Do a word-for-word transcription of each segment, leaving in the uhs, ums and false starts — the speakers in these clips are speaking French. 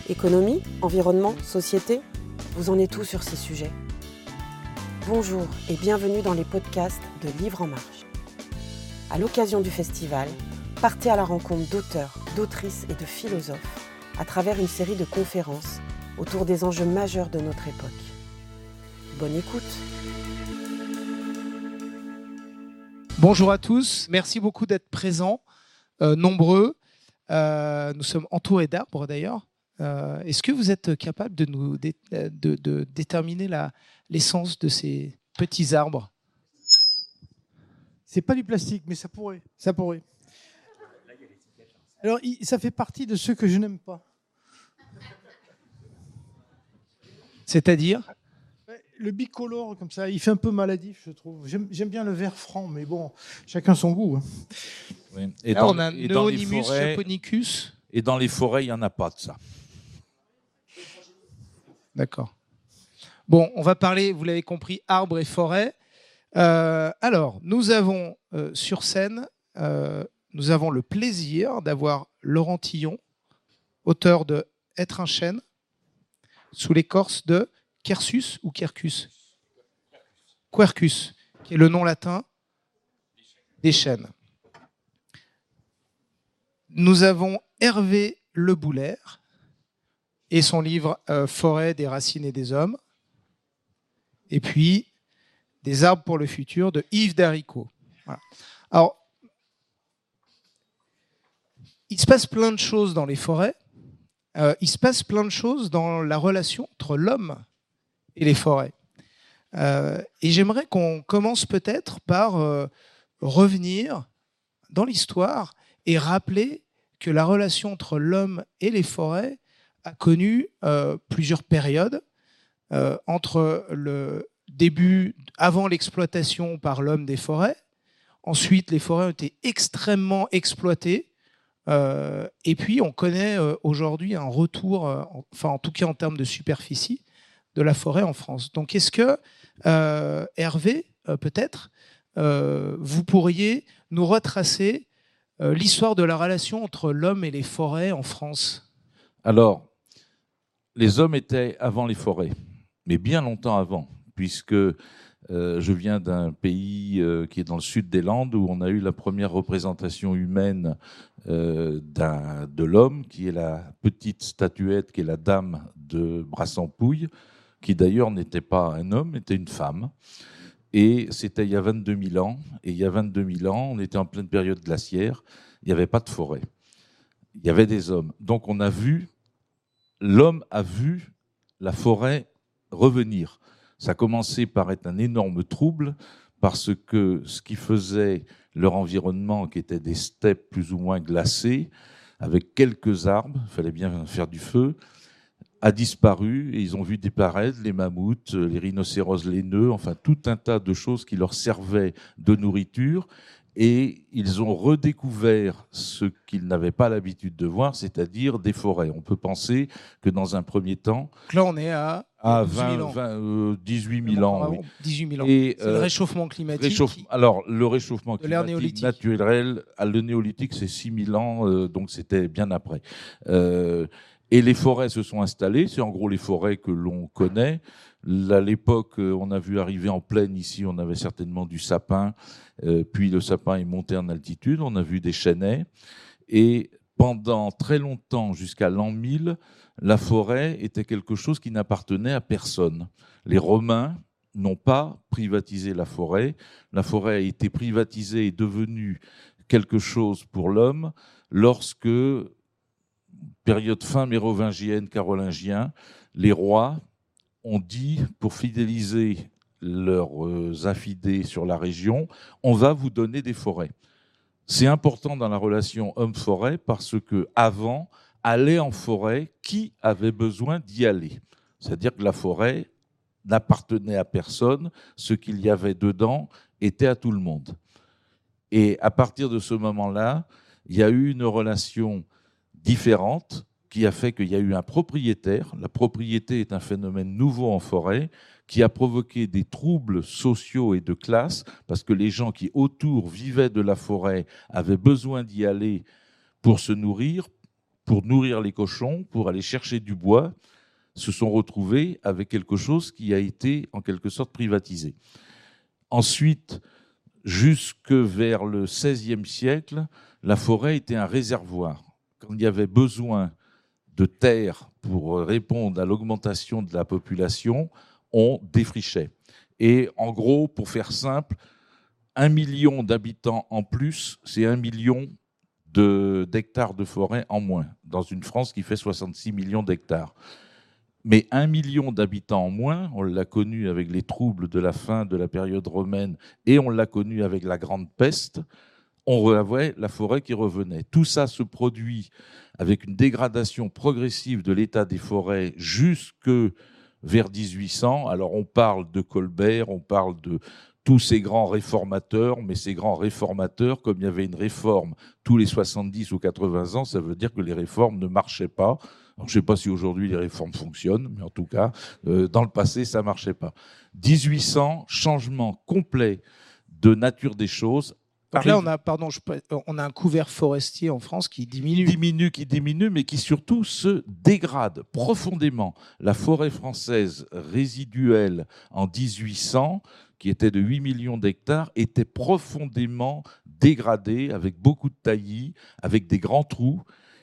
Économie, environnement, société, vous en êtes tout sur ces sujets. Bonjour et bienvenue dans les podcasts de Livres en Marche. À l'occasion du festival, partez à la rencontre d'auteurs, d'autrices et de philosophes à travers une série de conférences autour des enjeux majeurs de notre époque. Bonne écoute. Bonjour à tous, merci beaucoup d'être présents, euh, nombreux. Euh, nous sommes entourés d'arbres d'ailleurs. Euh, est-ce que vous êtes capable de nous dé- de, de déterminer la, l'essence de ces petits arbres ? C'est pas du plastique, mais ça pourrait. Ça pourrait. Alors, il- ça fait partie de ceux que je n'aime pas. C'est-à-dire ? Ouais, Le bicolore, comme ça, il fait un peu maladif, je trouve. J'aime, j'aime bien le vert franc, mais bon, chacun son goût. hein. Oui. Et, Là, dans, on a et dans les Neonimus forêts, japonicus. et dans les forêts, il n'y en a pas de ça. D'accord. Bon, on va parler, vous l'avez compris, arbres et forêts. Euh, alors, nous avons euh, sur scène, euh, nous avons le plaisir d'avoir Laurent Tillon, auteur de Être un chêne, sous l'écorce de Quercus ou Quercus Quercus, qui est le nom latin des chênes. Nous avons Hervé Le Boulaire et son livre euh, Forêt des racines et des hommes. Et puis, Des arbres pour le futur de Yves Daricot. Voilà. Alors, il se passe plein de choses dans les forêts. Euh, il se passe plein de choses dans la relation entre l'homme et les forêts. Euh, et j'aimerais qu'on commence peut-être par euh, revenir dans l'histoire et rappeler que la relation entre l'homme et les forêts a connu euh, plusieurs périodes, euh, entre le début, avant l'exploitation par l'homme des forêts. Ensuite, les forêts ont été extrêmement exploitées. Euh, et puis, on connaît euh, aujourd'hui un retour, euh, enfin en tout cas en termes de superficie, de la forêt en France. Donc, est-ce que, euh, Hervé, euh, peut-être, euh, vous pourriez nous retracer euh, l'histoire de la relation entre l'homme et les forêts en France ? Alors, les hommes étaient avant les forêts, mais bien longtemps avant, puisque euh, je viens d'un pays euh, qui est dans le sud des Landes, où on a eu la première représentation humaine euh, d'un, de l'homme, qui est la petite statuette, qui est la dame de Brassampouille, qui d'ailleurs n'était pas un homme, était une femme. Et c'était il y a vingt-deux mille ans. Et il y a vingt-deux mille ans, on était en pleine période glaciaire, il n'y avait pas de forêt. Il y avait des hommes. Donc on a vu, l'homme a vu la forêt revenir. Ça a commencé par être un énorme trouble, parce que ce qui faisait leur environnement, qui était des steppes plus ou moins glacées, avec quelques arbres, il fallait bien faire du feu, a disparu, et ils ont vu disparaître les mammouths, les rhinocéros laineux, enfin tout un tas de choses qui leur servaient de nourriture, et ils ont redécouvert ce qu'ils n'avaient pas l'habitude de voir, c'est-à-dire des forêts. On peut penser que dans un premier temps, Donc là, on est à, à douze mille vingt, ans. vingt, euh, dix-huit mille ans, oui. dix-huit mille ans. Et, C'est le euh, réchauffement climatique. Réchauffe- qui- Alors, le réchauffement de l'ère climatique néolithique. naturel, à le néolithique, c'est six mille ans, euh, donc c'était bien après. Euh, et les forêts se sont installées, c'est en gros les forêts que l'on connaît. À l'époque, on a vu arriver en plaine ici, on avait certainement du sapin, euh, puis le sapin est monté en altitude, on a vu des chênaies. Et pendant très longtemps, jusqu'à l'an mille, la forêt était quelque chose qui n'appartenait à personne. Les Romains n'ont pas privatisé la forêt. La forêt a été privatisée et devenue quelque chose pour l'homme lorsque, période fin mérovingienne, carolingien, les rois ont dit, pour fidéliser leurs infidèles sur la région, on va vous donner des forêts. C'est important dans la relation homme-forêt parce que avant, aller en forêt, qui avait besoin d'y aller ? C'est-à-dire que la forêt n'appartenait à personne, ce qu'il y avait dedans était à tout le monde. Et à partir de ce moment-là, il y a eu une relation différente qui a fait qu'il y a eu un propriétaire. La propriété est un phénomène nouveau en forêt qui a provoqué des troubles sociaux et de classe parce que les gens qui autour vivaient de la forêt avaient besoin d'y aller pour se nourrir, pour nourrir les cochons, pour aller chercher du bois, se sont retrouvés avec quelque chose qui a été en quelque sorte privatisé. Ensuite, jusque vers le seizième siècle, la forêt était un réservoir. Quand il y avait besoin de terre pour répondre à l'augmentation de la population, on défrichait. Et en gros, pour faire simple, un million d'habitants en plus, c'est un million de, d'hectares de forêt en moins, dans une France qui fait soixante-six millions d'hectares. Mais un million d'habitants en moins, on l'a connu avec les troubles de la fin de la période romaine et on l'a connu avec la Grande Peste, on avait la forêt qui revenait. Tout ça se produit avec une dégradation progressive de l'état des forêts jusque vers dix-huit cents. Alors on parle de Colbert, on parle de tous ces grands réformateurs, mais ces grands réformateurs, comme il y avait une réforme tous les soixante-dix ou quatre-vingts ans, ça veut dire que les réformes ne marchaient pas. Alors, je ne sais pas si aujourd'hui les réformes fonctionnent, mais en tout cas, euh, dans le passé, ça ne marchait pas. dix-huit cents, changement complet de nature des choses. Donc là, on a, pardon, je, on a un couvert forestier en France qui diminue. Diminue, qui diminue, mais qui surtout se dégrade profondément. La forêt française résiduelle en dix-huit cents, qui était de huit millions d'hectares, était profondément dégradée, avec beaucoup de taillis, avec des grands trous.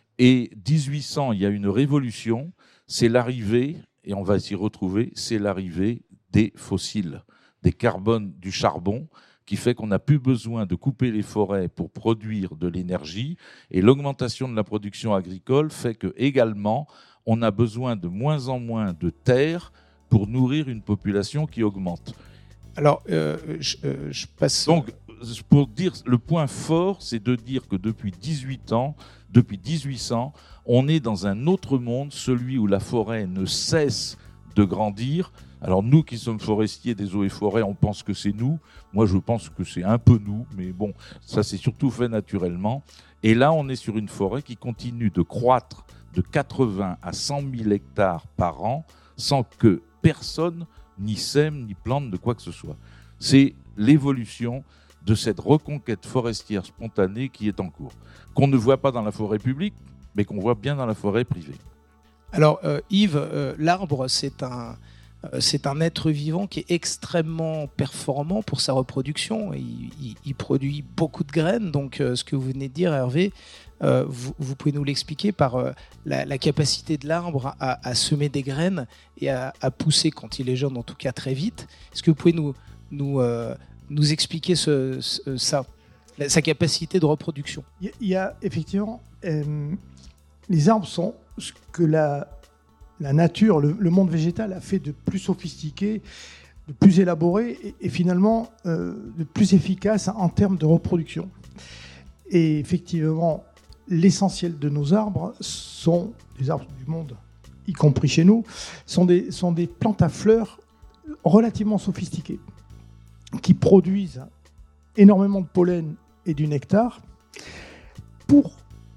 Et dix-huit cents, il y a une révolution, c'est l'arrivée, et on va s'y retrouver, c'est l'arrivée des fossiles, des carbones, du charbon, qui fait qu'on n'a plus besoin de couper les forêts pour produire de l'énergie. Et l'augmentation de la production agricole fait que également, on a besoin de moins en moins de terre pour nourrir une population qui augmente. Alors, euh, je, euh, je passe... Donc, pour dire, le point fort, c'est de dire que depuis dix-huit ans, depuis dix-huit cents, on est dans un autre monde, celui où la forêt ne cesse de grandir. Alors nous qui sommes forestiers des eaux et forêts, on pense que c'est nous. Moi, je pense que c'est un peu nous, mais bon, ça s'est surtout fait naturellement. Et là, on est sur une forêt qui continue de croître de quatre-vingts à cent mille hectares par an, sans que personne ni sème, ni plante de quoi que ce soit. C'est l'évolution de cette reconquête forestière spontanée qui est en cours, qu'on ne voit pas dans la forêt publique, mais qu'on voit bien dans la forêt privée. Alors, euh, Yves, euh, l'arbre, c'est un, euh, c'est un être vivant qui est extrêmement performant pour sa reproduction. Il, il, il produit beaucoup de graines, donc euh, ce que vous venez de dire, Hervé, euh, vous, vous pouvez nous l'expliquer par euh, la, la capacité de l'arbre à, à semer des graines et à, à pousser, quand il est jeune, en tout cas très vite. Est-ce que vous pouvez nous... nous euh, nous expliquer ce, ce, ça, sa capacité de reproduction? Il y a effectivement, euh, les arbres sont ce que la, la nature, le, le monde végétal a fait de plus sophistiqué, de plus élaboré et, et finalement euh, de plus efficace en termes de reproduction. Et effectivement, l'essentiel de nos arbres sont les arbres du monde, y compris chez nous, sont des, sont des plantes à fleurs relativement sophistiquées, qui produisent énormément de pollen et du nectar pour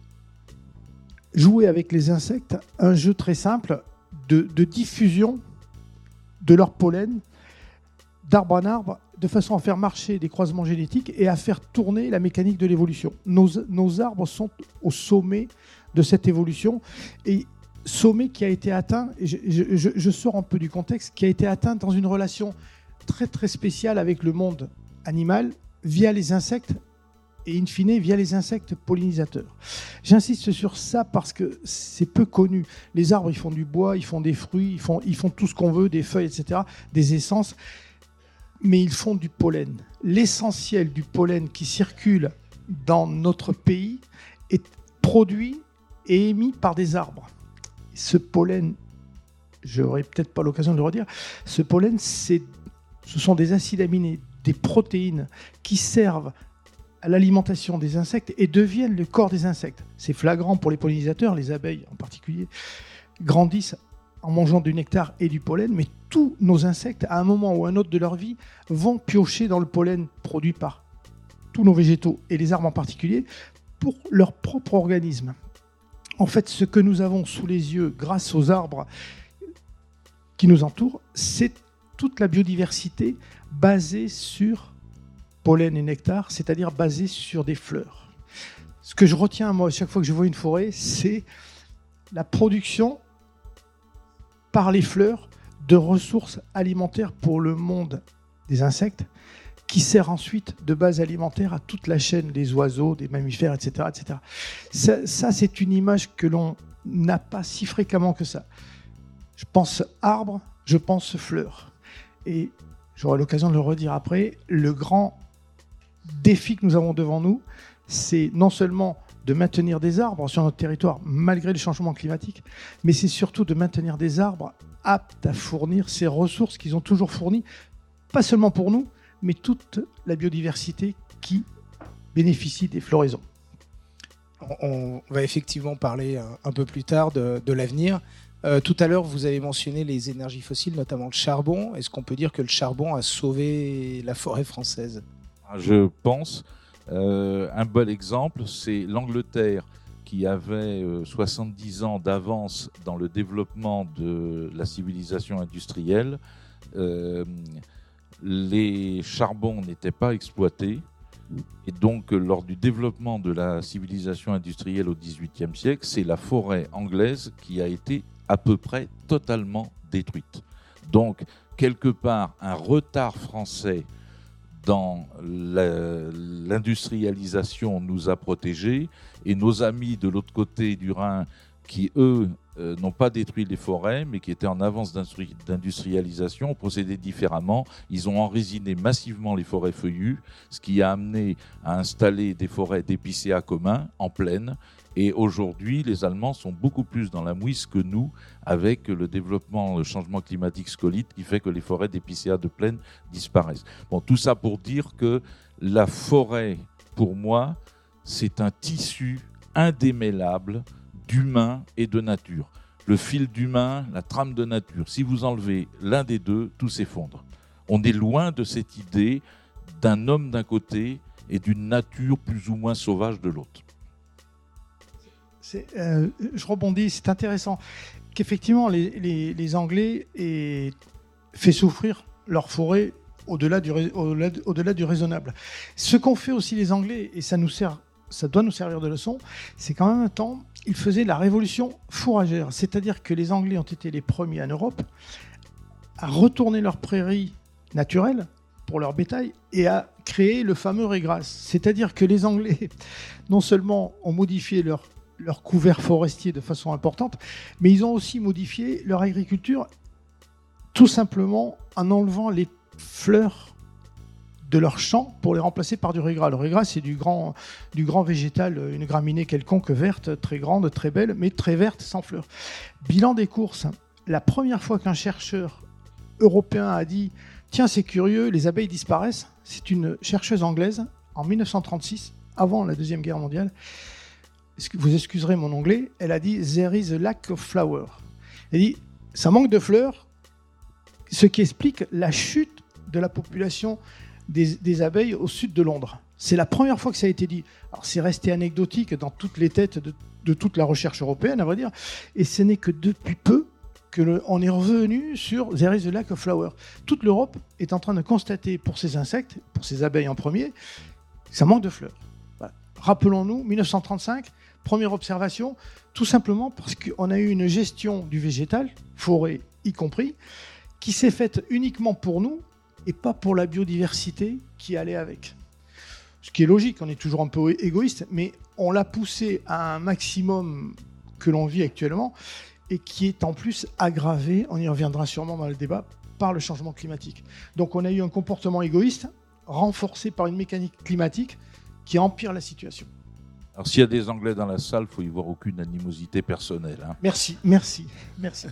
jouer avec les insectes, un jeu très simple de, de diffusion de leur pollen d'arbre en arbre, de façon à faire marcher des croisements génétiques et à faire tourner la mécanique de l'évolution. Nos, nos arbres sont au sommet de cette évolution, et sommet qui a été atteint, et je, je, je sors un peu du contexte, qui a été atteint dans une relation très très spécial avec le monde animal via les insectes et in fine via les insectes pollinisateurs. J'insiste sur ça parce que c'est peu connu. Les arbres, ils font du bois, ils font des fruits, ils font, ils font tout ce qu'on veut, des feuilles, et cetera, des essences, mais ils font du pollen. L'essentiel du pollen qui circule dans notre pays est produit et émis par des arbres. Ce pollen, je n'aurai peut-être pas l'occasion de le redire, ce pollen, c'est Ce sont des acides aminés, des protéines qui servent à l'alimentation des insectes et deviennent le corps des insectes. C'est flagrant pour les pollinisateurs, les abeilles en particulier, grandissent en mangeant du nectar et du pollen, mais tous nos insectes, à un moment ou un autre de leur vie, vont piocher dans le pollen produit par tous nos végétaux et les arbres en particulier pour leur propre organisme. En fait, ce que nous avons sous les yeux grâce aux arbres qui nous entourent, c'est toute la biodiversité basée sur pollen et nectar, c'est-à-dire basée sur des fleurs. Ce que je retiens, moi, chaque fois que je vois une forêt, c'est la production par les fleurs de ressources alimentaires pour le monde des insectes, qui sert ensuite de base alimentaire à toute la chaîne des oiseaux, des mammifères, et cetera, et cetera. Ça, ça, c'est une image que l'on n'a pas si fréquemment que ça. Je pense arbre, je pense fleurs. Et j'aurai l'occasion de le redire après, le grand défi que nous avons devant nous, c'est non seulement de maintenir des arbres sur notre territoire malgré le changement climatique, mais c'est surtout de maintenir des arbres aptes à fournir ces ressources qu'ils ont toujours fournies, pas seulement pour nous, mais toute la biodiversité qui bénéficie des floraisons. On va effectivement parler un peu plus tard de, de l'avenir. Euh, tout à l'heure, vous avez mentionné les énergies fossiles, notamment le charbon. Est-ce qu'on peut dire que le charbon a sauvé la forêt française ? Je pense. Euh, un bon exemple, c'est l'Angleterre qui avait euh, soixante-dix ans d'avance dans le développement de la civilisation industrielle. Euh, les charbons n'étaient pas exploités. Et donc, lors du développement de la civilisation industrielle au dix-huitième siècle, c'est la forêt anglaise qui a été à peu près totalement détruite. Donc, quelque part, un retard français dans la, l'industrialisation nous a protégés, et nos amis de l'autre côté du Rhin, qui eux euh, n'ont pas détruit les forêts, mais qui étaient en avance d'industrialisation, ont procédé différemment. Ils ont enrésiné massivement les forêts feuillues, ce qui a amené à installer des forêts d'épicéas communs en plaine. Et aujourd'hui, les Allemands sont beaucoup plus dans la mouise que nous, avec le développement, le changement climatique scolite qui fait que les forêts d'épicéas de plaine disparaissent. Bon, tout ça pour dire que la forêt, pour moi, c'est un tissu indémêlable d'humain et de nature. Le fil d'humain, la trame de nature. Si vous enlevez l'un des deux, tout s'effondre. On est loin de cette idée d'un homme d'un côté et d'une nature plus ou moins sauvage de l'autre. C'est, euh, je rebondis, c'est intéressant qu'effectivement les, les, les Anglais aient fait souffrir leur forêt au-delà du, au-delà, au-delà du raisonnable. Ce qu'ont fait aussi les Anglais, et ça, nous sert, ça doit nous servir de leçon, c'est qu'en même temps, ils faisaient la révolution fourragère. C'est-à-dire que les Anglais ont été les premiers en Europe à retourner leurs prairies naturelles pour leur bétail et à créer le fameux régras. C'est-à-dire que les Anglais, non seulement ont modifié leur leur couvert forestier de façon importante, mais ils ont aussi modifié leur agriculture tout simplement en enlevant les fleurs de leurs champs pour les remplacer par du régras. Le régras, c'est du grand, du grand végétal, une graminée quelconque verte, très grande, très belle, mais très verte, sans fleurs. Bilan des courses, la première fois qu'un chercheur européen a dit « Tiens, c'est curieux, les abeilles disparaissent », c'est une chercheuse anglaise, en dix-neuf cent trente-six, avant la Deuxième Guerre mondiale. Vous excuserez mon anglais, elle a dit « There is a lack of flower ». Elle dit « Ça manque de fleurs », ce qui explique la chute de la population des, des abeilles au sud de Londres. C'est la première fois que ça a été dit. Alors c'est resté anecdotique dans toutes les têtes de, de toute la recherche européenne, à vrai dire, et ce n'est que depuis peu qu'on est revenu sur « There is a lack of flower ». Toute l'Europe est en train de constater pour ces insectes, pour ces abeilles en premier, ça manque de fleurs. Voilà. Rappelons-nous, dix-neuf cent trente-cinq, première observation, tout simplement parce qu'on a eu une gestion du végétal, forêt y compris, qui s'est faite uniquement pour nous et pas pour la biodiversité qui allait avec. Ce qui est logique, on est toujours un peu égoïste, mais on l'a poussé à un maximum que l'on vit actuellement et qui est en plus aggravé, on y reviendra sûrement dans le débat, par le changement climatique. Donc on a eu un comportement égoïste renforcé par une mécanique climatique qui empire la situation. Alors, s'il y a des Anglais dans la salle, il faut y voir aucune animosité personnelle. Hein. Merci, merci, merci.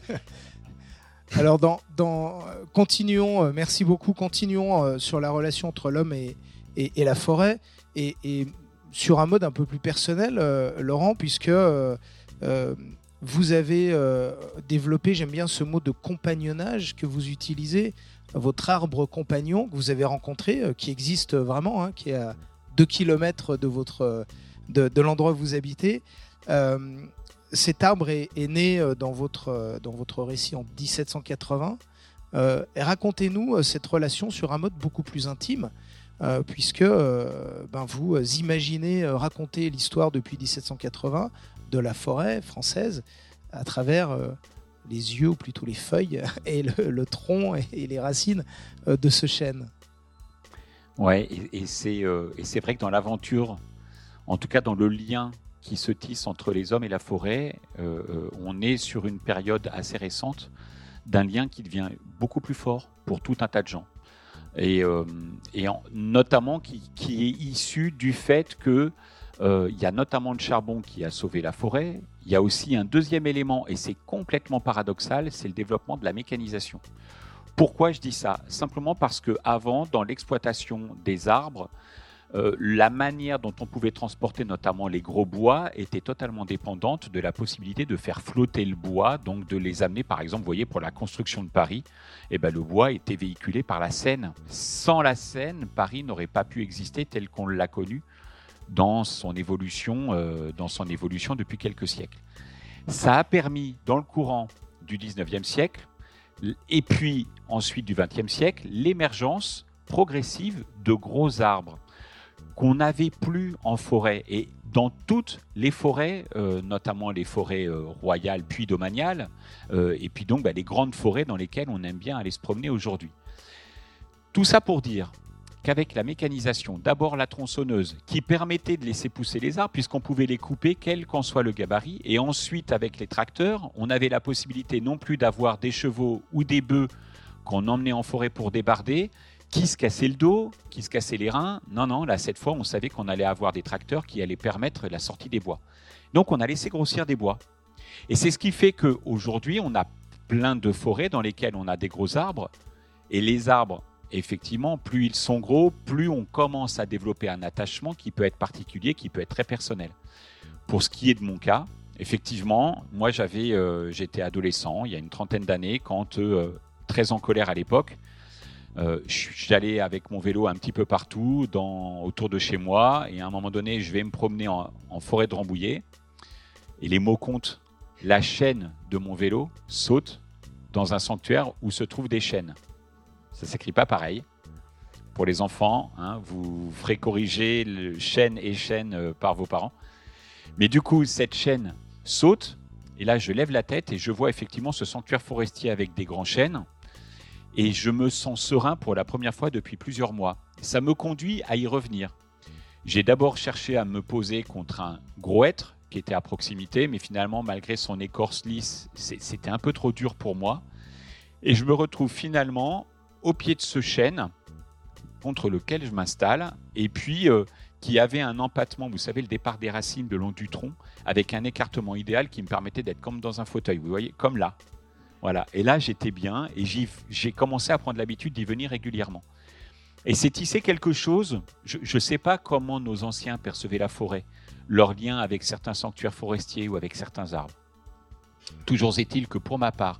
Alors, dans, dans, continuons, euh, merci beaucoup, continuons euh, sur la relation entre l'homme et, et, et la forêt, et, et sur un mode un peu plus personnel, euh, Laurent, puisque euh, euh, vous avez euh, développé, j'aime bien ce mot de compagnonnage que vous utilisez, votre arbre compagnon que vous avez rencontré, euh, qui existe vraiment, hein, qui est à deux kilomètres de votre... Euh, De, de l'endroit où vous habitez. Euh, cet arbre est, est né dans votre, dans votre récit en dix-sept cent quatre-vingts. Euh, racontez-nous cette relation sur un mode beaucoup plus intime, euh, puisque euh, ben vous imaginez raconter l'histoire depuis dix-sept cent quatre-vingts de la forêt française à travers euh, les yeux, ou plutôt les feuilles, et le, le tronc et, et les racines euh, de ce chêne. Ouais, et, et, c'est, euh, et c'est vrai que dans l'aventure, en tout cas dans le lien qui se tisse entre les hommes et la forêt, euh, euh, on est sur une période assez récente d'un lien qui devient beaucoup plus fort pour tout un tas de gens. Et, euh, et en, notamment qui, qui est issu du fait que euh, il y a notamment le charbon qui a sauvé la forêt. Il y a aussi un deuxième élément, et c'est complètement paradoxal, c'est le développement de la mécanisation. Pourquoi je dis ça ? Simplement parce qu'avant, dans l'exploitation des arbres, euh, la manière dont on pouvait transporter notamment les gros bois était totalement dépendante de la possibilité de faire flotter le bois, donc de les amener, par exemple, vous voyez, pour la construction de Paris, eh ben, le bois était véhiculé par la Seine. Sans la Seine, Paris n'aurait pas pu exister tel qu'on l'a connu dans son évolution, euh, dans son évolution depuis quelques siècles. Ça a permis, dans le courant du dix-neuvième siècle, et puis ensuite du vingtième siècle, l'émergence progressive de gros arbres qu'on n'avait plus en forêt. Et dans toutes les forêts, euh, notamment les forêts euh, royales puis domaniales, euh, et puis donc bah, les grandes forêts dans lesquelles on aime bien aller se promener aujourd'hui. Tout ça pour dire qu'avec la mécanisation, d'abord la tronçonneuse, qui permettait de laisser pousser les arbres, puisqu'on pouvait les couper, quel qu'en soit le gabarit, et ensuite avec les tracteurs, on avait la possibilité non plus d'avoir des chevaux ou des bœufs qu'on emmenait en forêt pour débarder, qui se cassaient le dos, qui se cassaient les reins. Non, non, là, cette fois, on savait qu'on allait avoir des tracteurs qui allaient permettre la sortie des bois. Donc, on a laissé grossir des bois. Et c'est ce qui fait qu'aujourd'hui, on a plein de forêts dans lesquelles on a des gros arbres, et les arbres, effectivement, plus ils sont gros, plus on commence à développer un attachement qui peut être particulier, qui peut être très personnel. Pour ce qui est de mon cas, effectivement, moi j'avais, euh, j'étais adolescent, il y a une trentaine d'années, quand, euh, très en colère à l'époque, euh, j'allais avec mon vélo un petit peu partout, dans, autour de chez moi, et à un moment donné, je vais me promener en, en forêt de Rambouillet, et les mots comptent, la chaîne de mon vélo saute dans un sanctuaire où se trouvent des chênes. Ça ne s'écrit pas pareil. Pour les enfants, hein, vous ferez corriger le chêne et chêne euh, par vos parents. Mais du coup, cette chaîne saute, et là, je lève la tête et je vois effectivement ce sanctuaire forestier avec des grands chênes, et je me sens serein pour la première fois depuis plusieurs mois. Ça me conduit à y revenir. J'ai d'abord cherché à me poser contre un gros hêtre qui était à proximité, mais finalement, malgré son écorce lisse, c'était un peu trop dur pour moi. Et je me retrouve finalement au pied de ce chêne contre lequel je m'installe, et puis euh, qui avait un empattement, vous savez, le départ des racines le long du tronc, avec un écartement idéal qui me permettait d'être comme dans un fauteuil, vous voyez, comme là. Voilà. Et là, j'étais bien, et j'y, j'ai commencé à prendre l'habitude d'y venir régulièrement. Et c'est tissé quelque chose, je ne sais pas comment nos anciens percevaient la forêt, leur lien avec certains sanctuaires forestiers ou avec certains arbres. Toujours est-il que pour ma part,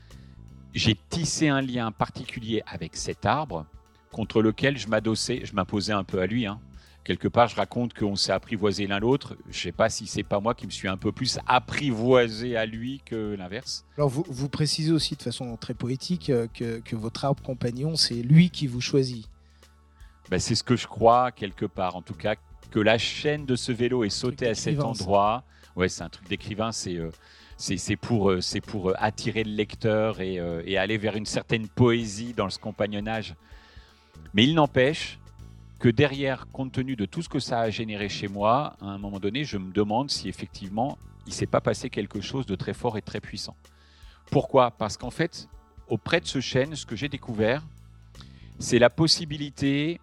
j'ai tissé un lien particulier avec cet arbre contre lequel je m'adossais, je m'imposais un peu à lui. Hein. Quelque part, je raconte qu'on s'est apprivoisé l'un l'autre. Je ne sais pas si c'est pas moi qui me suis un peu plus apprivoisé à lui que l'inverse. Alors, vous, vous précisez aussi de façon très poétique que, que votre arbre compagnon, c'est lui qui vous choisit. Ben, c'est ce que je crois, quelque part. En tout cas, que la chaîne de ce vélo est sautée à cet endroit. Ouais, c'est un truc d'écrivain, c'est... Euh, C'est, c'est, pour, c'est pour attirer le lecteur et, euh, et aller vers une certaine poésie dans ce compagnonnage. Mais il n'empêche que derrière, compte tenu de tout ce que ça a généré chez moi, à un moment donné, je me demande si effectivement, il ne s'est pas passé quelque chose de très fort et très puissant. Pourquoi ? Parce qu'en fait, auprès de ce chêne, ce que j'ai découvert, c'est la possibilité,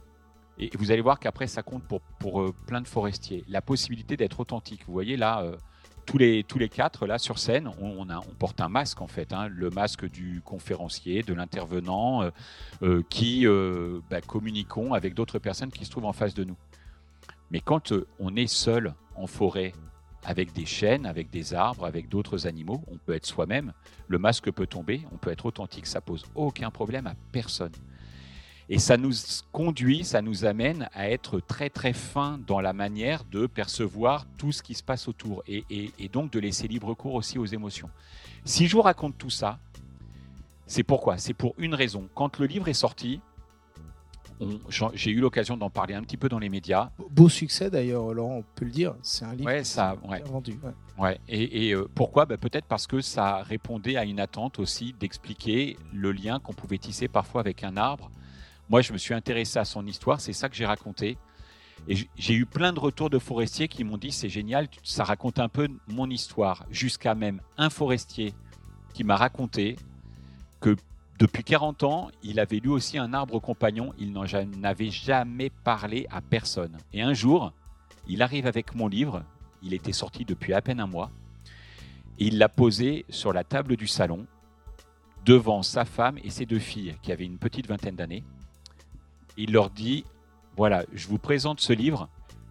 et vous allez voir qu'après ça compte pour, pour euh, plein de forestiers, la possibilité d'être authentique. Vous voyez là... Euh, Tous les, tous les quatre, là, sur scène, on, on, a, on porte un masque, en fait. Hein, le masque du conférencier, de l'intervenant, euh, euh, qui euh, bah, communiquons avec d'autres personnes qui se trouvent en face de nous. Mais quand euh, on est seul en forêt, avec des chênes, avec des arbres, avec d'autres animaux, on peut être soi-même, le masque peut tomber, on peut être authentique, ça pose aucun problème à personne. Et ça nous conduit, ça nous amène à être très très fin dans la manière de percevoir tout ce qui se passe autour et, et, et donc de laisser libre cours aussi aux émotions. Si je vous raconte tout ça, c'est pourquoi ? C'est pour une raison. Quand le livre est sorti, on, j'ai eu l'occasion d'en parler un petit peu dans les médias. Beau succès d'ailleurs, Laurent, on peut le dire. C'est un livre ouais, qui ça, s'est ouais. bien vendu. Ouais. Ouais. Et, et euh, pourquoi bah, peut-être parce que ça répondait à une attente aussi d'expliquer le lien qu'on pouvait tisser parfois avec un arbre. Moi, je me suis intéressé à son histoire, c'est ça que j'ai raconté. Et j'ai eu plein de retours de forestiers qui m'ont dit c'est génial, ça raconte un peu mon histoire. Jusqu'à même un forestier qui m'a raconté que depuis quarante ans, il avait lui aussi un arbre compagnon. Il n'en avait jamais parlé à personne. Et un jour, il arrive avec mon livre. Il était sorti depuis à peine un mois. Et il l'a posé sur la table du salon, devant sa femme et ses deux filles, qui avaient une petite vingtaine d'années. Il leur dit, voilà, je vous présente ce livre.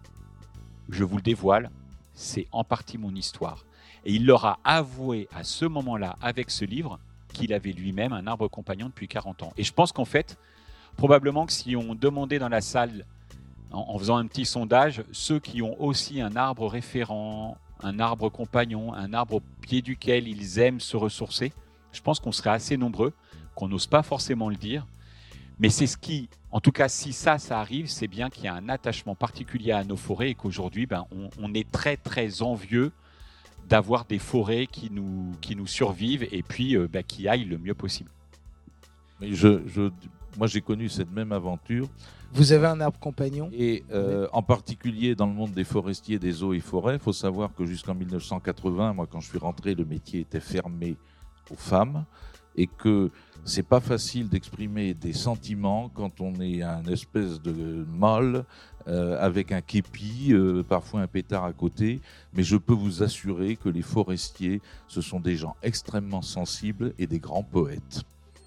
Je vous le dévoile. C'est en partie mon histoire. Et il leur a avoué à ce moment-là, avec ce livre, qu'il avait lui-même un arbre compagnon depuis quarante ans. Et je pense qu'en fait, probablement que si on demandait dans la salle, en, en faisant un petit sondage, ceux qui ont aussi un arbre référent, un arbre compagnon, un arbre au pied duquel ils aiment se ressourcer, je pense qu'on serait assez nombreux, qu'on n'ose pas forcément le dire. Mais c'est ce qui, en tout cas, si ça, ça arrive, c'est bien qu'il y a un attachement particulier à nos forêts et qu'aujourd'hui, ben, on, on est très, très envieux d'avoir des forêts qui nous, qui nous survivent et puis euh, bah, qui aillent le mieux possible. Mais je, je, moi, j'ai connu cette même aventure. Vous avez un arbre compagnon ? Et euh, en particulier dans le monde des forestiers, des eaux et forêts, il faut savoir que jusqu'en mille neuf cent quatre-vingts, moi, quand je suis rentré, le métier était fermé aux femmes et que c'est pas facile d'exprimer des sentiments quand on est un espèce de mâle euh, avec un képi, euh, parfois un pétard à côté. Mais je peux vous assurer que les forestiers, ce sont des gens extrêmement sensibles et des grands poètes.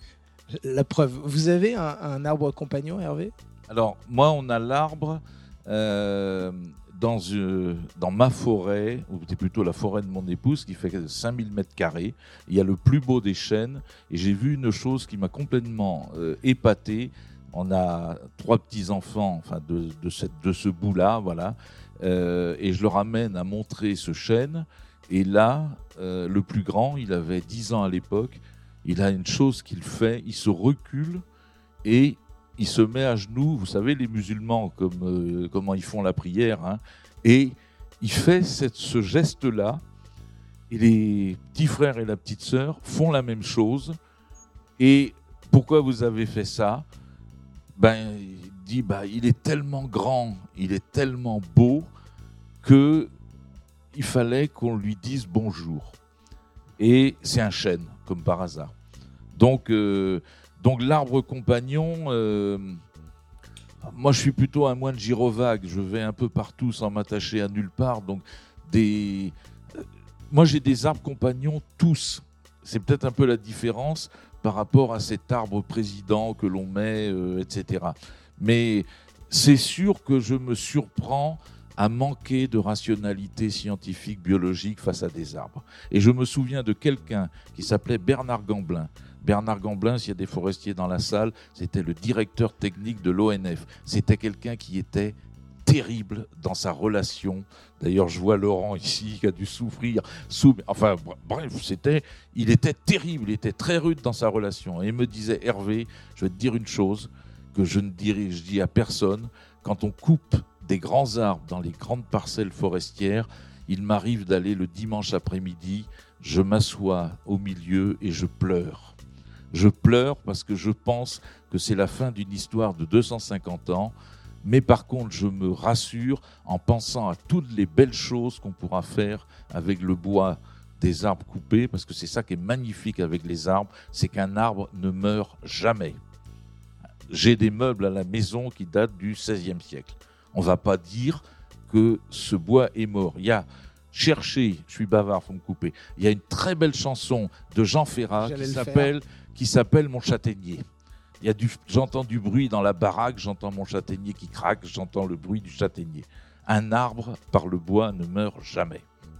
La preuve, vous avez un, un arbre compagnon, Hervé ? Alors, moi, on a l'arbre euh, dans, euh, dans ma forêt, ou c'est plutôt la forêt de mon épouse, qui fait cinq mille mètres carrés. Il y a le plus beau des chênes. Et j'ai vu une chose qui m'a complètement euh, épaté. On a trois petits-enfants enfin, de, de, cette, de ce bout-là, voilà. Euh, et je leur amène à montrer ce chêne. Et là, euh, le plus grand, il avait dix ans à l'époque, il a une chose qu'il fait, il se recule et il se met à genoux, vous savez les musulmans, comme, euh, comment ils font la prière, hein, et il fait cette, ce geste-là, et les petits frères et la petite sœur font la même chose. Et pourquoi vous avez fait ça ? Ben, il dit, bah, il est tellement grand, il est tellement beau, qu'il fallait qu'on lui dise bonjour. Et c'est un chêne, comme par hasard. Donc, euh, donc l'arbre compagnon, euh, moi je suis plutôt un moine gyrovague, je vais un peu partout sans m'attacher à nulle part. Donc des, euh, moi j'ai des arbres compagnons tous. C'est peut-être un peu la différence par rapport à cet arbre président que l'on met, euh, et cetera. Mais c'est sûr que je me surprends à manquer de rationalité scientifique, biologique face à des arbres. Et je me souviens de quelqu'un qui s'appelait Bernard Gamblin. Bernard Gamblin, s'il y a des forestiers dans la salle, c'était le directeur technique de l'O N F. C'était quelqu'un qui était terrible dans sa relation. D'ailleurs, je vois Laurent ici qui a dû souffrir. Sous... Enfin, bref, c'était... il était terrible, il était très rude dans sa relation. Et il me disait, Hervé, je vais te dire une chose que je ne dirai, je dis à personne, quand on coupe des grands arbres dans les grandes parcelles forestières, il m'arrive d'aller le dimanche après-midi, je m'assois au milieu et je pleure. Je pleure parce que je pense que c'est la fin d'une histoire de deux cent cinquante ans, mais par contre je me rassure en pensant à toutes les belles choses qu'on pourra faire avec le bois des arbres coupés, parce que c'est ça qui est magnifique avec les arbres, c'est qu'un arbre ne meurt jamais. J'ai des meubles à la maison qui datent du seizième siècle. On ne va pas dire que ce bois est mort. Il y a, cherchez, je suis bavard, il faut me couper, il y a une très belle chanson de Jean Ferrat qui s'appelle, qui s'appelle Mon châtaignier. Il y a du, j'entends du bruit dans la baraque, j'entends mon châtaignier qui craque, j'entends le bruit du châtaignier. Un arbre par le bois ne meurt jamais.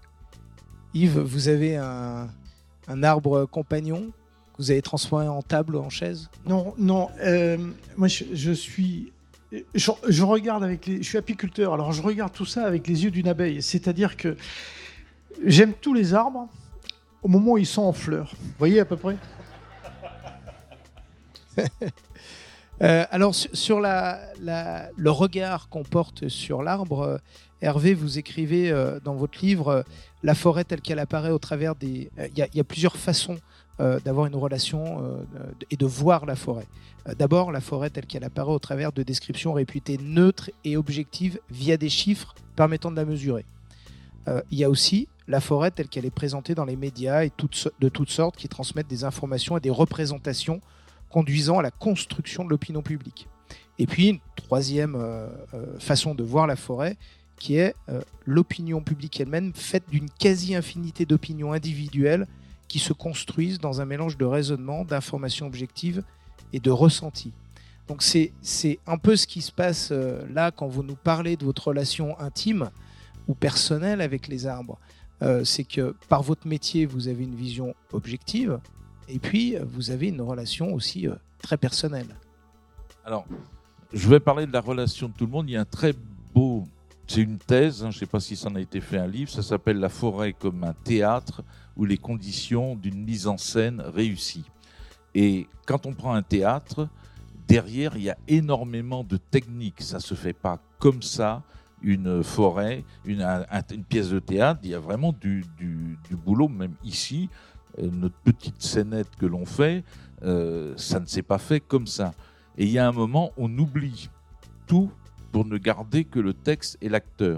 Yves, vous avez un, un arbre compagnon que vous avez transformé en table, en chaise ? Non, non. Euh, moi, je, je suis... Je, je regarde avec les, je suis apiculteur, alors je regarde tout ça avec les yeux d'une abeille. C'est-à-dire que j'aime tous les arbres au moment où ils sont en fleurs. Vous voyez à peu près ? Euh, alors sur, sur la, la, le regard qu'on porte sur l'arbre, euh, Hervé, vous écrivez euh, dans votre livre euh, la forêt telle qu'elle apparaît au travers des... Il euh, y, y a plusieurs façons euh, d'avoir une relation euh, et de voir la forêt. Euh, d'abord, la forêt telle qu'elle apparaît au travers de descriptions réputées neutres et objectives via des chiffres permettant de la mesurer. Il euh, y a aussi la forêt telle qu'elle est présentée dans les médias et toutes, de toutes sortes qui transmettent des informations et des représentations conduisant à la construction de l'opinion publique. Et puis une troisième euh, euh, façon de voir la forêt qui est euh, l'opinion publique elle-même faite d'une quasi-infinité d'opinions individuelles qui se construisent dans un mélange de raisonnement, d'informations objectives et de ressentis. Donc c'est, c'est un peu ce qui se passe euh, là quand vous nous parlez de votre relation intime ou personnelle avec les arbres. Euh, c'est que par votre métier, vous avez une vision objective et puis vous avez une relation aussi euh, très personnelle. Alors, je vais parler de la relation de tout le monde. Il y a un très beau... C'est une thèse, hein, je ne sais pas si ça en a été fait un livre, ça s'appelle « La forêt comme un théâtre ou les conditions d'une mise en scène réussie ». Et quand on prend un théâtre, derrière, il y a énormément de techniques. Ça ne se fait pas comme ça, une forêt, une, un, une pièce de théâtre. Il y a vraiment du, du, du boulot, même ici, euh, notre petite scénette que l'on fait, euh, ça ne s'est pas fait comme ça. Et il y a un moment, on oublie tout pour ne garder que le texte et l'acteur.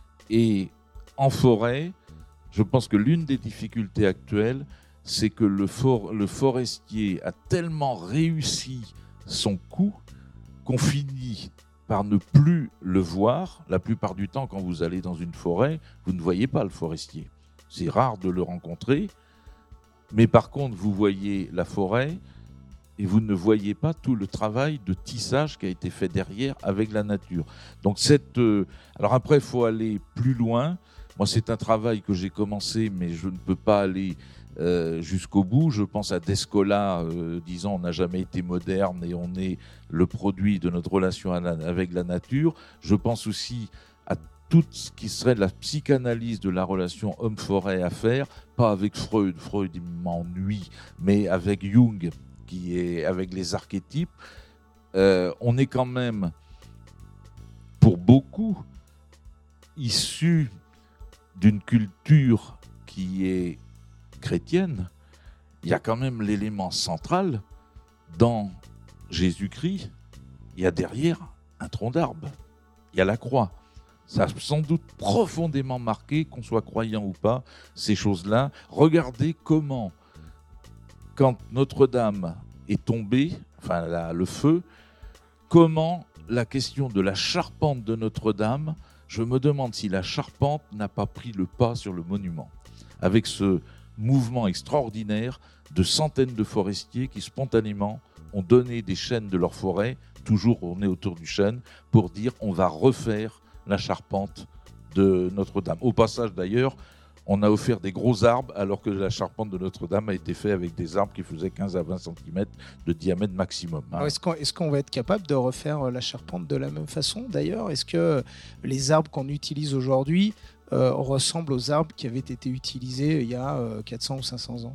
Et en forêt, je pense que l'une des difficultés actuelles, c'est que le, for- le forestier a tellement réussi son coup qu'on finit par ne plus le voir. La plupart du temps, quand vous allez dans une forêt, vous ne voyez pas le forestier. C'est rare de le rencontrer, mais par contre, vous voyez la forêt et vous ne voyez pas tout le travail de tissage qui a été fait derrière avec la nature. Donc cette, euh, alors après, il faut aller plus loin. Moi, c'est un travail que j'ai commencé, mais je ne peux pas aller euh, jusqu'au bout. Je pense à Descola, euh, disant on n'a jamais été moderne et on est le produit de notre relation à la, avec la nature. Je pense aussi à tout ce qui serait de la psychanalyse de la relation homme-forêt à faire, pas avec Freud, Freud il m'ennuie, mais avec Jung, qui est avec les archétypes. Euh, on est quand même, pour beaucoup, issus d'une culture qui est chrétienne. Il y a quand même l'élément central dans Jésus-Christ. Il y a derrière un tronc d'arbre. Il y a la croix. Ça a sans doute profondément marqué, qu'on soit croyant ou pas, ces choses-là. Regardez comment, quand Notre-Dame est tombée, enfin la, le feu, comment la question de la charpente de Notre-Dame, je me demande si la charpente n'a pas pris le pas sur le monument, avec ce mouvement extraordinaire de centaines de forestiers qui spontanément ont donné des chênes de leur forêt, toujours on est autour du chêne, pour dire on va refaire la charpente de Notre-Dame. Au passage d'ailleurs, on a offert des gros arbres alors que la charpente de Notre-Dame a été faite avec des arbres qui faisaient quinze à vingt centimètres de diamètre maximum. Hein. Est-ce qu'on, est-ce qu'on va être capable de refaire la charpente de la même façon d'ailleurs ? Est-ce que les arbres qu'on utilise aujourd'hui euh, ressemblent aux arbres qui avaient été utilisés il y a euh, quatre cents ou cinq cents ans ?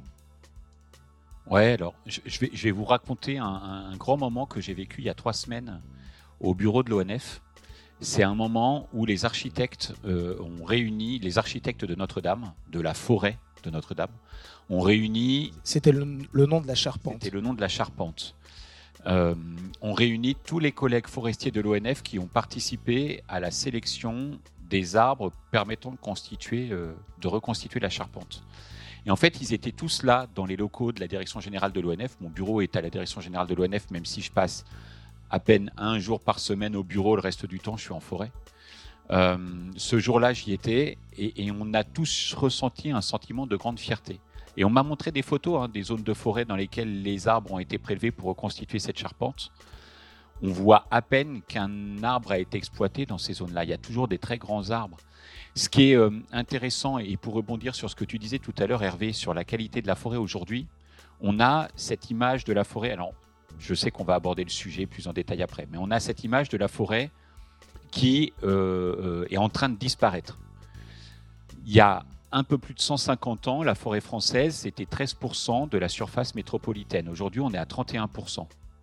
Ouais, alors je, je, vais, je vais vous raconter un, un grand moment que j'ai vécu il y a trois semaines au bureau de l'O N F. C'est un moment où les architectes euh, ont réuni, les architectes de Notre-Dame, de la forêt de Notre-Dame, ont réuni... C'était le, le nom de la charpente. C'était le nom de la charpente. Euh, ont réuni tous les collègues forestiers de l'O N F qui ont participé à la sélection des arbres permettant de, constituer, euh, de reconstituer la charpente. Et en fait, ils étaient tous là dans les locaux de la direction générale de l'O N F. Mon bureau est à la direction générale de l'O N F, même si je passe à peine un jour par semaine au bureau, le reste du temps, je suis en forêt. Euh, ce jour-là, j'y étais et, et on a tous ressenti un sentiment de grande fierté. Et on m'a montré des photos hein, des zones de forêt dans lesquelles les arbres ont été prélevés pour reconstituer cette charpente. On voit à peine qu'un arbre a été exploité dans ces zones-là. Il y a toujours des très grands arbres. Ce qui est euh, intéressant, et pour rebondir sur ce que tu disais tout à l'heure, Hervé, sur la qualité de la forêt aujourd'hui, on a cette image de la forêt. Alors, je sais qu'on va aborder le sujet plus en détail après, mais on a cette image de la forêt qui euh, est en train de disparaître. Il y a un peu plus de cent cinquante ans, la forêt française, c'était treize pour cent de la surface métropolitaine. Aujourd'hui, on est à trente et un pour cent.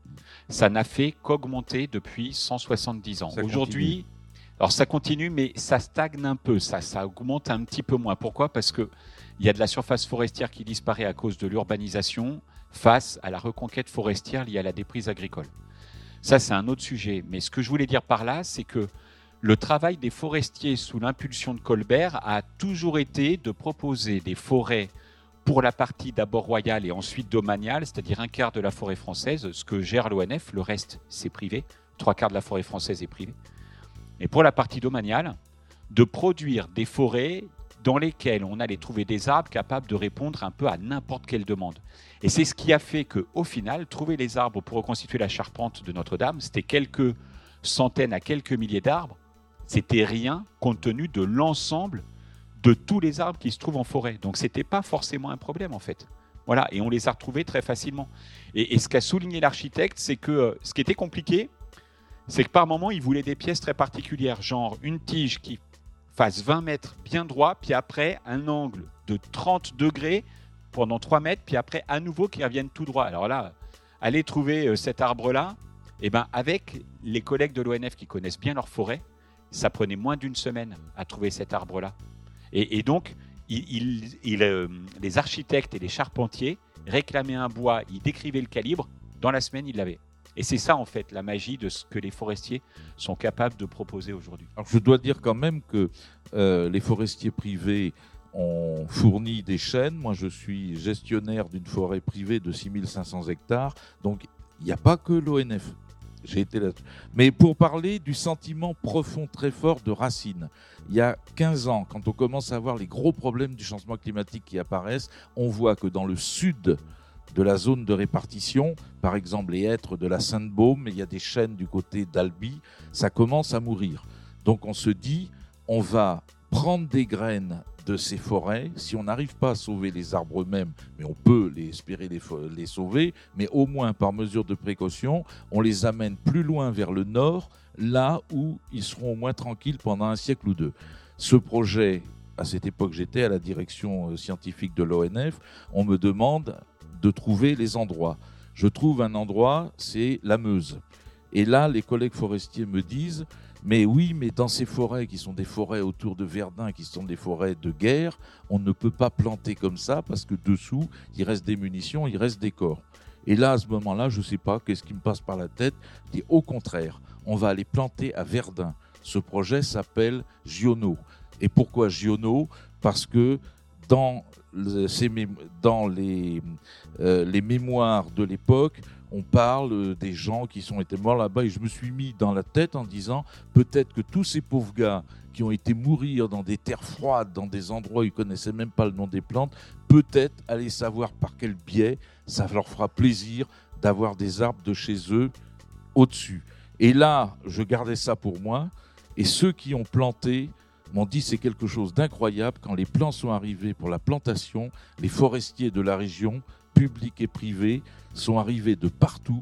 ça n'a fait qu'augmenter depuis cent soixante-dix ans. Ça Aujourd'hui, continue. alors ça continue, mais ça stagne un peu, ça, ça augmente un petit peu moins. Pourquoi ? Parce qu'il y a de la surface forestière qui disparaît à cause de l'urbanisation face à la reconquête forestière liée à la déprise agricole. Ça, c'est un autre sujet. Mais ce que je voulais dire par là, c'est que le travail des forestiers sous l'impulsion de Colbert a toujours été de proposer des forêts pour la partie d'abord royale et ensuite domaniale, c'est-à-dire un quart de la forêt française, ce que gère l'O N F, le reste, c'est privé. Trois quarts de la forêt française est privée. Et pour la partie domaniale, de produire des forêts dans lesquelles on allait trouver des arbres capables de répondre un peu à n'importe quelle demande. Et c'est ce qui a fait qu'au final, trouver les arbres pour reconstituer la charpente de Notre-Dame, c'était quelques centaines à quelques milliers d'arbres. C'était rien compte tenu de l'ensemble de tous les arbres qui se trouvent en forêt. Donc ce n'était pas forcément un problème en fait. Voilà, et on les a retrouvés très facilement. Et, et ce qu'a souligné l'architecte, c'est que euh, ce qui était compliqué, c'est que par moment, il voulait des pièces très particulières, genre une tige qui fasse vingt mètres bien droit, puis après un angle de trente degrés pendant trois mètres, puis après à nouveau qui revienne tout droit. Alors là, aller trouver euh, cet arbre-là, eh ben, avec les collègues de l'O N F qui connaissent bien leur forêt, ça prenait moins d'une semaine à trouver cet arbre-là. Et, et donc, il, il, il, euh, les architectes et les charpentiers réclamaient un bois, ils décrivaient le calibre, dans la semaine, ils l'avaient. Et c'est ça, en fait, la magie de ce que les forestiers sont capables de proposer aujourd'hui. Alors, je dois dire quand même que euh, les forestiers privés ont fourni des chênes. Moi, je suis gestionnaire d'une forêt privée de six mille cinq cents hectares. Donc, il n'y a pas que l'O N F. J'ai été là. Mais pour parler du sentiment profond, très fort de Racine, il y a quinze ans, quand on commence à voir les gros problèmes du changement climatique qui apparaissent, on voit que dans le sud de la zone de répartition, par exemple les hêtres de la Sainte-Baume, il y a des chênes du côté d'Albi, ça commence à mourir. Donc on se dit, on va prendre des graines de ces forêts, si on n'arrive pas à sauver les arbres eux-mêmes, mais on peut les espérer les, les sauver, mais au moins par mesure de précaution, on les amène plus loin vers le nord, là où ils seront au moins tranquilles pendant un siècle ou deux. Ce projet, à cette époque j'étais à la direction scientifique de l'O N F, on me demande de trouver les endroits. Je trouve un endroit, c'est la Meuse. Et là, les collègues forestiers me disent, mais oui, mais dans ces forêts qui sont des forêts autour de Verdun, qui sont des forêts de guerre, on ne peut pas planter comme ça parce que dessous, il reste des munitions, il reste des corps. Et là, à ce moment-là, je ne sais pas, qu'est-ce qui me passe par la tête ? Je dis, au contraire, on va aller planter à Verdun. Ce projet s'appelle Giono. Et pourquoi Giono ? Parce que dans, le, ces, dans les, euh, les mémoires de l'époque, on parle des gens qui sont été morts là-bas et je me suis mis dans la tête en disant peut-être que tous ces pauvres gars qui ont été mourir dans des terres froides, dans des endroits où ils ne connaissaient même pas le nom des plantes, peut-être aller savoir par quel biais ça leur fera plaisir d'avoir des arbres de chez eux au-dessus. Et là, je gardais ça pour moi et ceux qui ont planté m'ont dit c'est quelque chose d'incroyable. Quand les plans sont arrivés pour la plantation, les forestiers de la région, publics et privés, sont arrivés de partout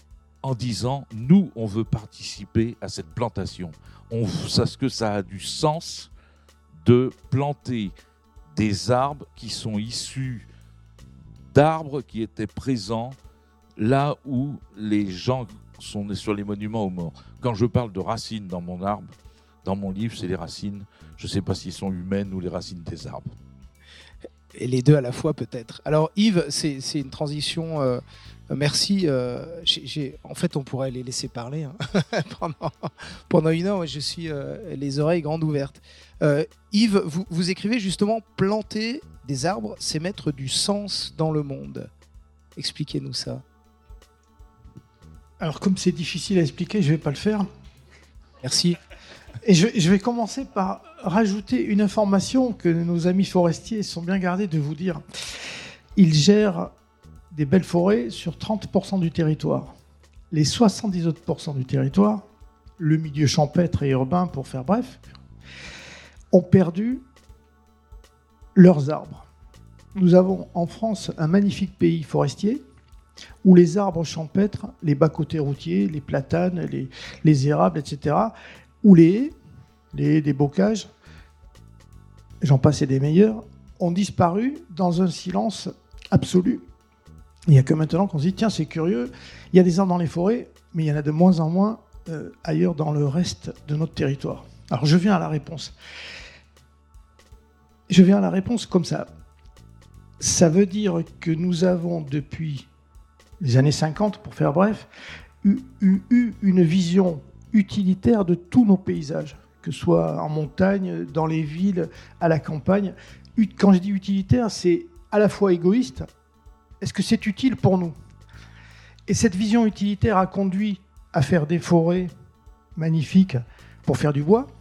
en disant « nous, on veut participer à cette plantation ». On sait ce que ça a du sens de planter des arbres qui sont issus d'arbres qui étaient présents là où les gens sont sur les monuments aux morts. Quand je parle de racines dans mon arbre, dans mon livre, c'est les racines, je ne sais pas s'ils sont humaines ou les racines des arbres. Et les deux à la fois peut-être. Alors Yves, c'est, c'est une transition, euh, merci. Euh, j'ai, j'ai, en fait, on pourrait les laisser parler hein, pendant, pendant une heure. Je suis euh, les oreilles grandes ouvertes. Euh, Yves, vous, vous écrivez justement « Planter des arbres, c'est mettre du sens dans le monde ». Expliquez-nous ça. Alors comme c'est difficile à expliquer, je ne vais pas le faire. Merci. Et je, je vais commencer par rajouter une information que nos amis forestiers sont bien gardés de vous dire. Ils gèrent des belles forêts sur trente pour cent du territoire. Les soixante-dix autres pour cent du territoire, le milieu champêtre et urbain pour faire bref, ont perdu leurs arbres. Nous avons en France un magnifique pays forestier où les arbres champêtres, les bas-côtés routiers, les platanes, les, les érables, et cetera, où les haies, les haies des bocages, j'en passe et des meilleurs, ont disparu dans un silence absolu. Il n'y a que maintenant qu'on se dit, tiens, c'est curieux, il y a des arbres dans les forêts, mais il y en a de moins en moins euh, ailleurs dans le reste de notre territoire. Alors je viens à la réponse. Je viens à la réponse comme ça. Ça veut dire que nous avons depuis les années cinquante, pour faire bref, eu, eu, eu une vision utilitaire de tous nos paysages, que ce soit en montagne, dans les villes, à la campagne. Quand je dis utilitaire, c'est à la fois égoïste. Est-ce que c'est utile pour nous ? Et cette vision utilitaire a conduit à faire des forêts magnifiques pour faire du bois,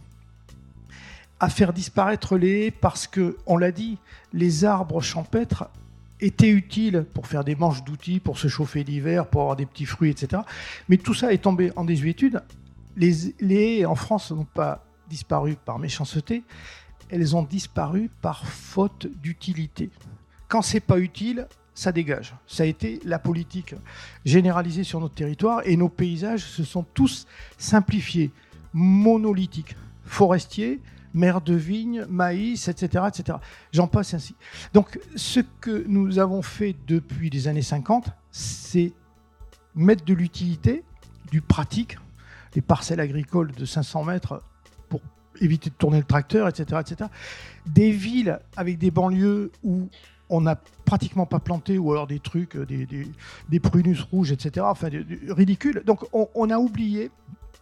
à faire disparaître les haies parce que, on l'a dit, les arbres champêtres étaient utiles pour faire des manches d'outils, pour se chauffer l'hiver, pour avoir des petits fruits, et cetera. Mais tout ça est tombé en désuétude. Les, les haies en France n'ont pas disparu par méchanceté, elles ont disparu par faute d'utilité. Quand c'est pas utile, ça dégage. Ça a été la politique généralisée sur notre territoire et nos paysages se sont tous simplifiés, monolithiques, forestiers, mer de vigne, maïs, et cetera, et cetera. J'en passe ainsi. Donc, ce que nous avons fait depuis les années cinquante, c'est mettre de l'utilité, du pratique, les parcelles agricoles de cinq cents mètres pour éviter de tourner le tracteur, et cetera, et cetera. Des villes avec des banlieues où on n'a pratiquement pas planté, ou alors des trucs, des, des, des prunus rouges, et cetera. Enfin, de, de, ridicule. Donc, on, on a oublié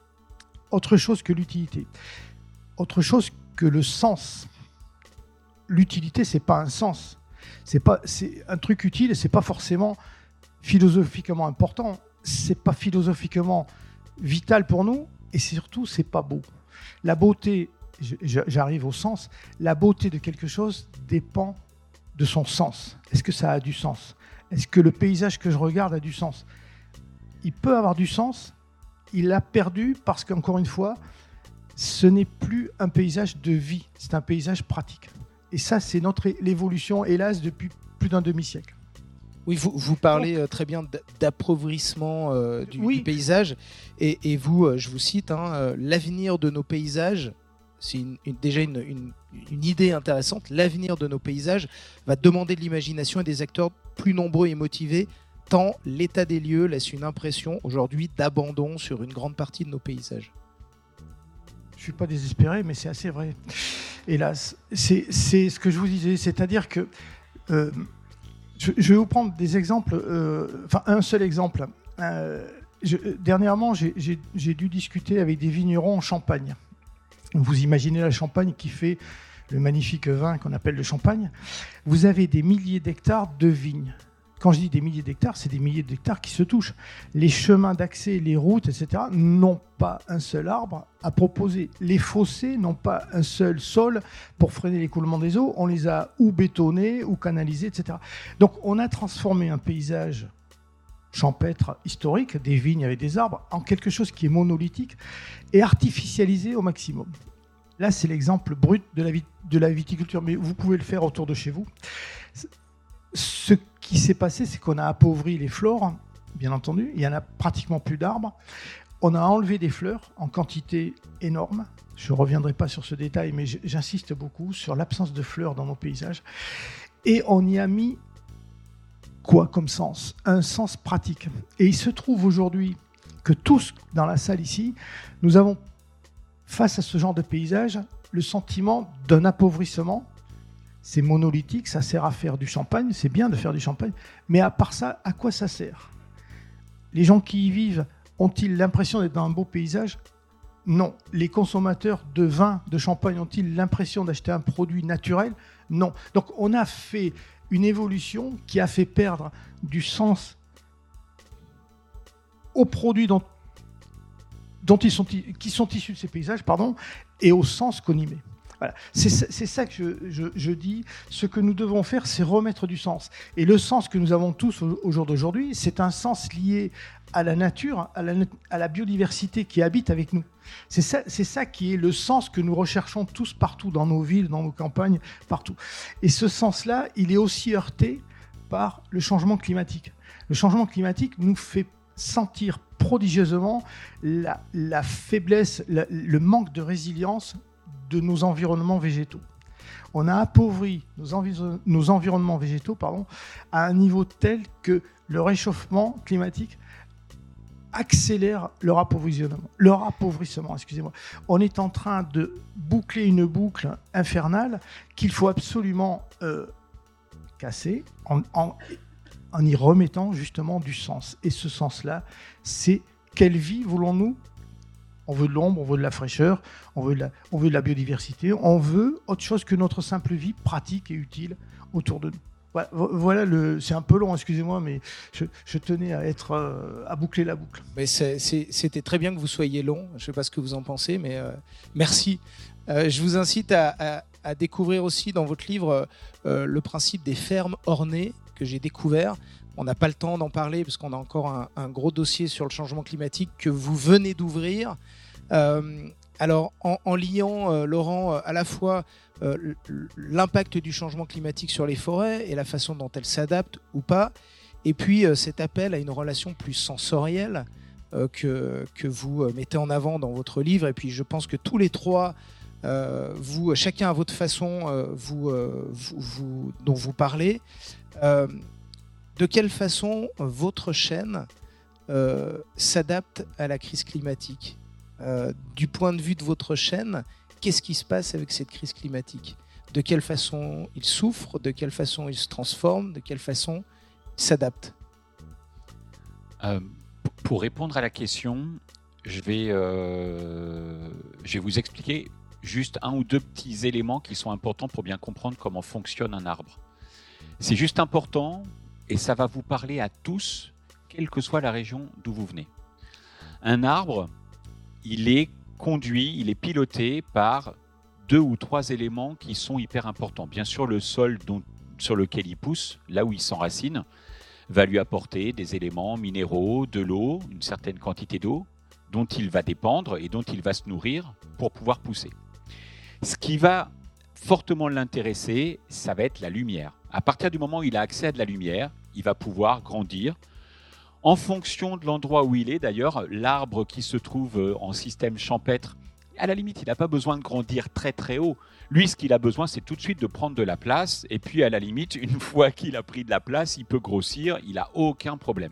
autre chose que l'utilité. Autre chose que le sens. L'utilité, c'est pas un sens. C'est pas, c'est un truc utile, c'est pas forcément philosophiquement important. C'est pas philosophiquement vital pour nous, et surtout, c'est pas beau. La beauté, j'arrive au sens, la beauté de quelque chose dépend de son sens. Est-ce que ça a du sens ? Est-ce que le paysage que je regarde a du sens ? Il peut avoir du sens, il l'a perdu parce qu'encore une fois, ce n'est plus un paysage de vie, c'est un paysage pratique. Et ça, c'est notre l'évolution, hélas, depuis plus d'un demi-siècle. Oui, vous, vous parlez Donc, très bien d'appauvrissement euh, du, oui. du paysage. Et, et vous, euh, je vous cite, hein, euh, l'avenir de nos paysages, c'est une, une, déjà une, une, une idée intéressante, l'avenir de nos paysages va demander de l'imagination et des acteurs plus nombreux et motivés, tant l'état des lieux laisse une impression aujourd'hui d'abandon sur une grande partie de nos paysages. Je ne suis pas désespéré, mais c'est assez vrai. Hélas, c'est, c'est ce que je vous disais, c'est-à-dire que euh, je, je vais vous prendre des exemples, euh, enfin un seul exemple. Euh, je, dernièrement, j'ai, j'ai, j'ai dû discuter avec des vignerons en Champagne. Vous imaginez la Champagne qui fait le magnifique vin qu'on appelle le champagne. Vous avez des milliers d'hectares de vignes. Quand je dis des milliers d'hectares, c'est des milliers d'hectares qui se touchent. Les chemins d'accès, les routes, et cetera n'ont pas un seul arbre à proposer. Les fossés n'ont pas un seul sol pour freiner l'écoulement des eaux. On les a ou bétonnés ou canalisés, et cetera. Donc on a transformé un paysage champêtre historique, des vignes avec des arbres, en quelque chose qui est monolithique et artificialisé au maximum. Là, c'est l'exemple brut de la, vit- de la viticulture, mais vous pouvez le faire autour de chez vous. Ce qui s'est passé, c'est qu'on a appauvri les flores, bien entendu. Il n'y en a pratiquement plus d'arbres. On a enlevé des fleurs en quantité énorme. Je ne reviendrai pas sur ce détail, mais j'insiste beaucoup sur l'absence de fleurs dans nos paysages. Et on y a mis quoi comme sens ? Un sens pratique. Et il se trouve aujourd'hui que tous, dans la salle ici, nous avons, face à ce genre de paysage, le sentiment d'un appauvrissement. C'est monolithique, ça sert à faire du champagne, c'est bien de faire du champagne, mais à part ça, à quoi ça sert ? Les gens qui y vivent ont-ils l'impression d'être dans un beau paysage ? Non. Les consommateurs de vin, de champagne, ont-ils l'impression d'acheter un produit naturel ? Non. Donc on a fait une évolution qui a fait perdre du sens aux produits dont, dont ils sont, qui sont issus de ces paysages, pardon, et au sens qu'on y met. Voilà. C'est, c'est ça que je, je, je dis. Ce que nous devons faire, c'est remettre du sens. Et le sens que nous avons tous au, au jour d'aujourd'hui, c'est un sens lié à la nature, à la, à la biodiversité qui habite avec nous. C'est ça, c'est ça qui est le sens que nous recherchons tous partout, dans nos villes, dans nos campagnes, partout. Et ce sens-là, il est aussi heurté par le changement climatique. Le changement climatique nous fait sentir prodigieusement la, la faiblesse, la, le manque de résilience de nos environnements végétaux. On a appauvri nos, envi- nos environnements végétaux pardon, à un niveau tel que le réchauffement climatique accélère leur appauvrissement. Leur appauvrissement, excusez-moi. On est en train de boucler une boucle infernale qu'il faut absolument euh, casser en, en, en y remettant justement du sens. Et ce sens-là, c'est quelle vie voulons-nous ? On veut de l'ombre, on veut de la fraîcheur, on veut de la, on veut de la biodiversité, on veut autre chose que notre simple vie pratique et utile autour de nous. Voilà, voilà le, c'est un peu long, excusez-moi, mais je, je tenais à, être, euh, à boucler la boucle. Mais c'est, c'est, c'était très bien que vous soyez long, je ne sais pas ce que vous en pensez, mais euh, merci. Euh, je vous incite à, à, à découvrir aussi dans votre livre euh, le principe des fermes ornées que j'ai découvert. On n'a pas le temps d'en parler parce qu'on a encore un, un gros dossier sur le changement climatique que vous venez d'ouvrir. Euh, alors, en, en liant, euh, Laurent, euh, à la fois euh, l'impact du changement climatique sur les forêts et la façon dont elles s'adaptent ou pas, et puis euh, cet appel à une relation plus sensorielle euh, que, que vous euh, mettez en avant dans votre livre. Et puis, je pense que tous les trois, euh, vous, chacun à votre façon, euh, vous, euh, vous, vous, dont vous parlez, euh, de quelle façon votre chaîne euh, s'adapte à la crise climatique ? Euh, du point de vue de votre chaîne, qu'est-ce qui se passe avec cette crise climatique ? De quelle façon il souffre ? De quelle façon il se transforme ? De quelle façon il s'adapte ? euh, Pour répondre à la question, je vais, euh, je vais vous expliquer juste un ou deux petits éléments qui sont importants pour bien comprendre comment fonctionne un arbre. C'est juste important et ça va vous parler à tous, quelle que soit la région d'où vous venez. Un arbre, il est conduit, il est piloté par deux ou trois éléments qui sont hyper importants. Bien sûr, le sol dont, sur lequel il pousse, là où il s'enracine, va lui apporter des éléments minéraux, de l'eau, une certaine quantité d'eau, dont il va dépendre et dont il va se nourrir pour pouvoir pousser. Ce qui va fortement l'intéresser, ça va être la lumière. À partir du moment où il a accès à de la lumière, il va pouvoir grandir. En fonction de l'endroit où il est, d'ailleurs, l'arbre qui se trouve en système champêtre, à la limite, il n'a pas besoin de grandir très très haut. Lui, ce qu'il a besoin, c'est tout de suite de prendre de la place. Et puis, à la limite, une fois qu'il a pris de la place, il peut grossir, il n'a aucun problème.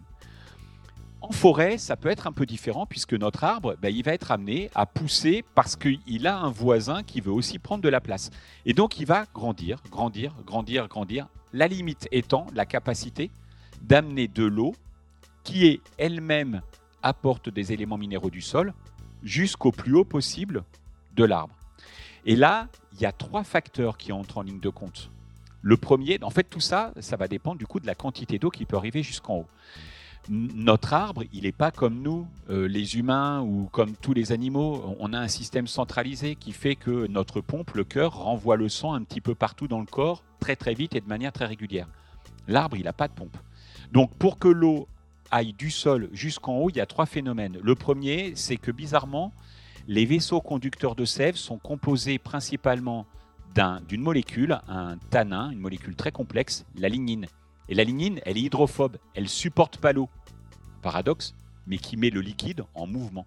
En forêt, ça peut être un peu différent puisque notre arbre, ben, il va être amené à pousser parce qu'il a un voisin qui veut aussi prendre de la place. Et donc, il va grandir, grandir, grandir, grandir. La limite étant la capacité d'amener de l'eau qui est elle-même apporte des éléments minéraux du sol jusqu'au plus haut possible de l'arbre. Et là, il y a trois facteurs qui entrent en ligne de compte. Le premier, en fait, tout ça, ça va dépendre du coup de la quantité d'eau qui peut arriver jusqu'en haut. Notre arbre, il n'est pas comme nous, euh, les humains ou comme tous les animaux. On a un système centralisé qui fait que notre pompe, le cœur, renvoie le sang un petit peu partout dans le corps, très très vite et de manière très régulière. L'arbre, il n'a pas de pompe. Donc, pour que l'eau aille du sol jusqu'en haut, il y a trois phénomènes. Le premier, c'est que bizarrement, les vaisseaux conducteurs de sève sont composés principalement d'un, d'une molécule, un tanin, une molécule très complexe, la lignine. Et la lignine, elle est hydrophobe, elle ne supporte pas l'eau. Paradoxe, mais qui met le liquide en mouvement.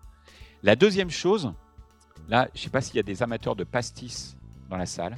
La deuxième chose, là, je ne sais pas s'il y a des amateurs de pastis dans la salle,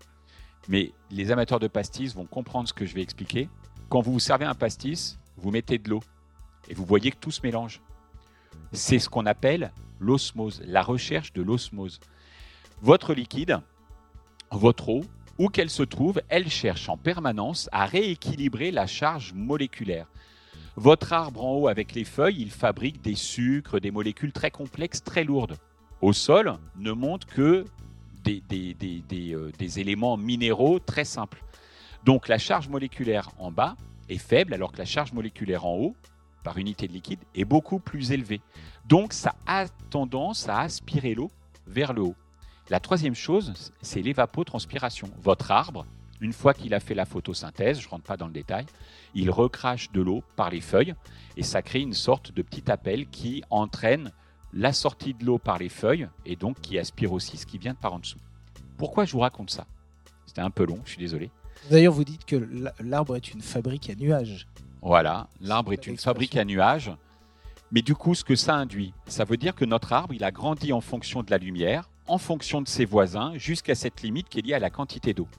mais les amateurs de pastis vont comprendre ce que je vais expliquer. Quand vous vous servez un pastis, vous mettez de l'eau et vous voyez que tout se mélange. C'est ce qu'on appelle l'osmose, la recherche de l'osmose. Votre liquide, votre eau, où qu'elle se trouve, elle cherche en permanence à rééquilibrer la charge moléculaire. Votre arbre en haut avec les feuilles, il fabrique des sucres, des molécules très complexes, très lourdes. Au sol, ne montent que des, des, des, des, euh, des éléments minéraux très simples. Donc la charge moléculaire en bas est faible, alors que la charge moléculaire en haut, par unité de liquide, est beaucoup plus élevée. Donc ça a tendance à aspirer l'eau vers le haut. La troisième chose, c'est l'évapotranspiration. Votre arbre, une fois qu'il a fait la photosynthèse, je ne rentre pas dans le détail, il recrache de l'eau par les feuilles et ça crée une sorte de petit appel qui entraîne la sortie de l'eau par les feuilles et donc qui aspire aussi ce qui vient de par en dessous. Pourquoi je vous raconte ça ? C'était un peu long, je suis désolé. D'ailleurs, vous dites que l'arbre est une fabrique à nuages. Voilà, l'arbre est une fabrique à nuages. Mais du coup, ce que ça induit, ça veut dire que notre arbre, il a grandi en fonction de la lumière, en fonction de ses voisins, jusqu'à cette limite qui est liée à la quantité d'eau.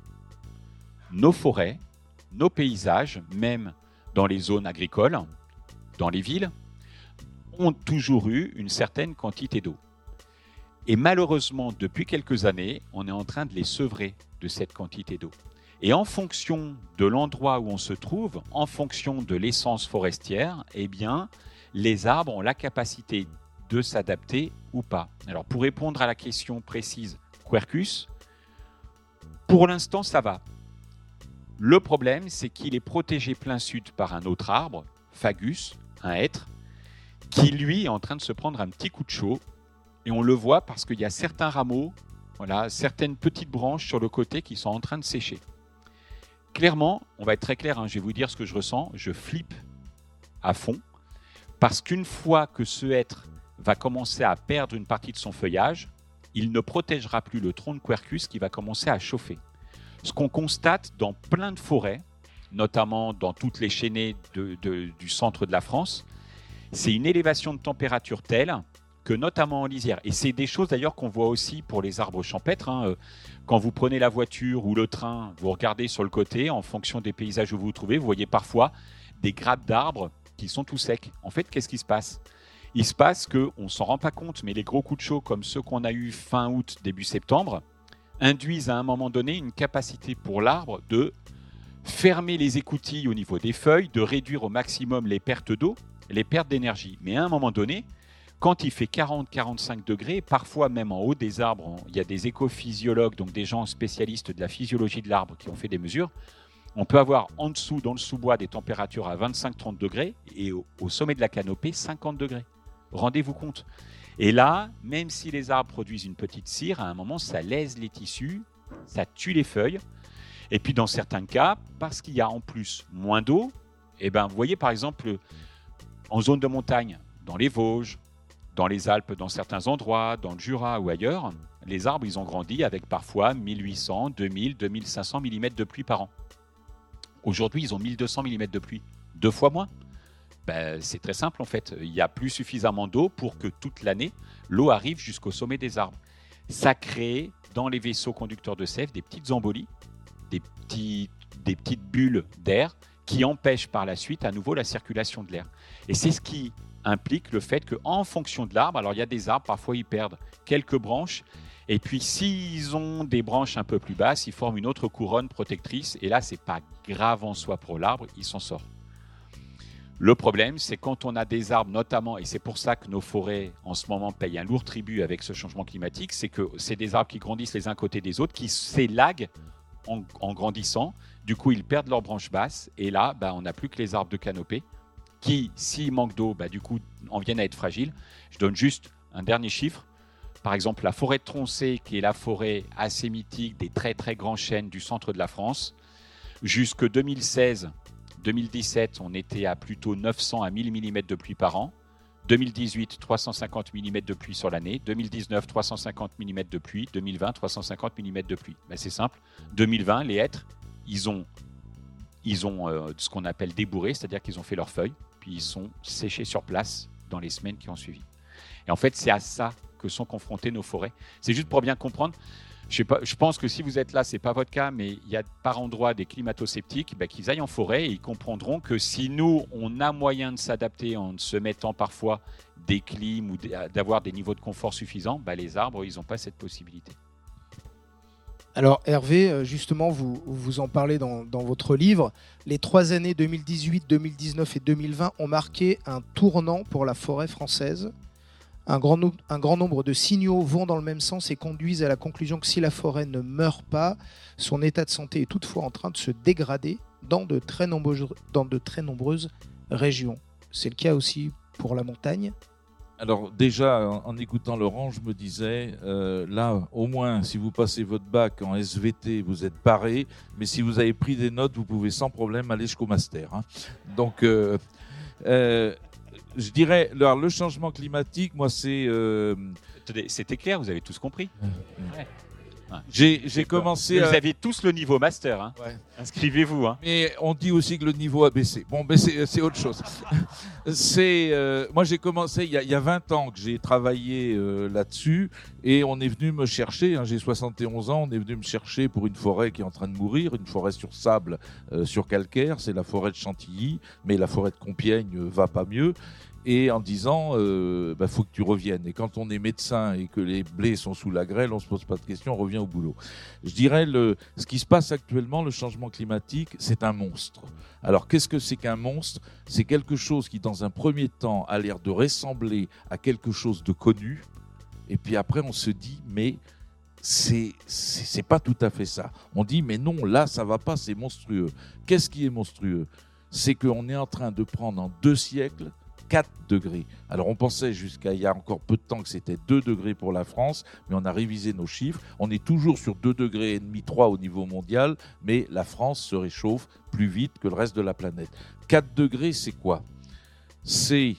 Nos forêts, nos paysages, même dans les zones agricoles, dans les villes, ont toujours eu une certaine quantité d'eau. Et malheureusement, depuis quelques années, on est en train de les sevrer de cette quantité d'eau. Et en fonction de l'endroit où on se trouve, en fonction de l'essence forestière, eh bien, les arbres ont la capacité de s'adapter ou pas. Alors, pour répondre à la question précise, Quercus, pour l'instant, ça va. Le problème, c'est qu'il est protégé plein sud par un autre arbre, Fagus, un hêtre, qui lui est en train de se prendre un petit coup de chaud. Et on le voit parce qu'il y a certains rameaux, voilà, certaines petites branches sur le côté qui sont en train de sécher. Clairement, on va être très clair, hein, je vais vous dire ce que je ressens, je flippe à fond, parce qu'une fois que ce hêtre va commencer à perdre une partie de son feuillage, il ne protégera plus le tronc de Quercus qui va commencer à chauffer. Ce qu'on constate dans plein de forêts, notamment dans toutes les chênaies de, de, du centre de la France, c'est une élévation de température telle que notamment en lisière, et c'est des choses d'ailleurs qu'on voit aussi pour les arbres champêtres, hein. Quand vous prenez la voiture ou le train, vous regardez sur le côté, en fonction des paysages où vous vous trouvez, vous voyez parfois des grappes d'arbres qui sont tout secs. En fait, qu'est-ce qui se passe ? Il se passe qu'on ne s'en rend pas compte, mais les gros coups de chaud comme ceux qu'on a eu fin août, début septembre, induisent à un moment donné une capacité pour l'arbre de fermer les écoutilles au niveau des feuilles, de réduire au maximum les pertes d'eau, les pertes d'énergie. Mais à un moment donné, quand il fait quarante à quarante-cinq degrés, parfois même en haut des arbres, il y a des écophysiologues, donc des gens spécialistes de la physiologie de l'arbre qui ont fait des mesures, on peut avoir en dessous, dans le sous-bois, des températures à vingt-cinq à trente degrés et au, au sommet de la canopée, cinquante degrés. Rendez-vous compte. Et là, même si les arbres produisent une petite cire, à un moment, ça lèse les tissus, ça tue les feuilles. Et puis dans certains cas, parce qu'il y a en plus moins d'eau, eh ben, vous voyez par exemple en zone de montagne, dans les Vosges, dans les Alpes, dans certains endroits, dans le Jura ou ailleurs, les arbres, ils ont grandi avec parfois mille huit cents, deux mille, deux mille cinq cents millimètres de pluie par an. Aujourd'hui, ils ont mille deux cents millimètres de pluie, deux fois moins. Ben, c'est très simple en fait, il n'y a plus suffisamment d'eau pour que toute l'année, l'eau arrive jusqu'au sommet des arbres. Ça crée dans les vaisseaux conducteurs de sève des petites embolies, des, petits, des petites bulles d'air qui empêchent par la suite à nouveau la circulation de l'air. Et c'est ce qui implique le fait qu'en fonction de l'arbre, alors il y a des arbres, parfois ils perdent quelques branches, et puis s'ils ont des branches un peu plus basses, ils forment une autre couronne protectrice, et là, ce n'est pas grave en soi pour l'arbre, il s'en sort. Le problème, c'est quand on a des arbres, notamment, et c'est pour ça que nos forêts, en ce moment, payent un lourd tribut avec ce changement climatique, c'est que c'est des arbres qui grandissent les uns côté des autres, qui s'élaguent en, en grandissant, du coup, ils perdent leurs branches basses, et là, bah, on n'a plus que les arbres de canopée, qui, s'il manque d'eau, bah, du coup, en viennent à être fragiles. Je donne juste un dernier chiffre. Par exemple, la forêt de Troncé, qui est la forêt assez mythique des très très grands chênes du centre de la France, jusque deux mille seize deux mille dix-sept, on était à plutôt neuf cents à mille millimètres de pluie par an. deux mille dix-huit, trois cent cinquante millimètres de pluie sur l'année. deux mille dix-neuf, trois cent cinquante millimètres de pluie. deux mille vingt, trois cent cinquante millimètres de pluie. Ben, c'est simple. deux mille vingt, les hêtres, ils ont, ils ont euh, ce qu'on appelle débourré, c'est-à-dire qu'ils ont fait leurs feuilles, puis ils sont séchés sur place dans les semaines qui ont suivi. Et en fait, c'est à ça que sont confrontées nos forêts. C'est juste pour bien comprendre. Je sais pas, je pense que si vous êtes là, ce n'est pas votre cas, mais il y a par endroits des climato-sceptiques, ben, qu'ils aillent en forêt et ils comprendront que si nous, on a moyen de s'adapter en se mettant parfois des clims ou d'avoir des niveaux de confort suffisants, ben, les arbres, ils n'ont pas cette possibilité. Alors Hervé, justement, vous, vous en parlez dans, dans votre livre. Les trois années deux mille dix-huit, deux mille dix-neuf et deux mille vingt ont marqué un tournant pour la forêt française. Un grand, no- un grand nombre de signaux vont dans le même sens et conduisent à la conclusion que si la forêt ne meurt pas, son état de santé est toutefois en train de se dégrader dans de très nombreuses, dans de très nombreuses régions. C'est le cas aussi pour la montagne. Alors déjà, en, en écoutant Laurent, je me disais, euh, là, au moins, si vous passez votre bac en S V T, vous êtes paré, mais si vous avez pris des notes, vous pouvez sans problème aller jusqu'au master. Hein. Donc, euh, euh, je dirais, alors, le changement climatique, moi, c'est... Euh... C'était clair, vous avez tous compris. Ouais. Ouais. J'ai, j'ai commencé. Vous à... avez tous le niveau master. Hein. Ouais. Inscrivez-vous. Hein. Mais on dit aussi que le niveau a baissé. Bon, ben c'est, c'est autre chose. c'est, euh, moi, j'ai commencé il y, a, il y a vingt ans que j'ai travaillé euh, là-dessus et on est venu me chercher. Hein, j'ai soixante et onze ans. On est venu me chercher pour une forêt qui est en train de mourir, une forêt sur sable, euh, sur calcaire. C'est la forêt de Chantilly, mais la forêt de Compiègne euh, va pas mieux. et en disant euh, bah, faut que tu reviennes. Et quand on est médecin et que les blés sont sous la grêle, on se pose pas de questions, on revient au boulot. Je dirais le, ce qui se passe actuellement, le changement climatique, c'est un monstre. Alors qu'est-ce que c'est qu'un monstre ? C'est quelque chose qui, dans un premier temps, a l'air de ressembler à quelque chose de connu, et puis après on se dit mais c'est, c'est, c'est pas tout à fait ça. On dit mais non, là ça va pas, c'est monstrueux. Qu'est-ce qui est monstrueux ? C'est qu'on est en train de prendre en deux siècles quatre degrés. Alors on pensait jusqu'à il y a encore peu de temps que c'était deux degrés pour la France, mais on a révisé nos chiffres. On est toujours sur deux degrés et demi, trois au niveau mondial, mais la France se réchauffe plus vite que le reste de la planète. quatre degrés, c'est quoi ? C'est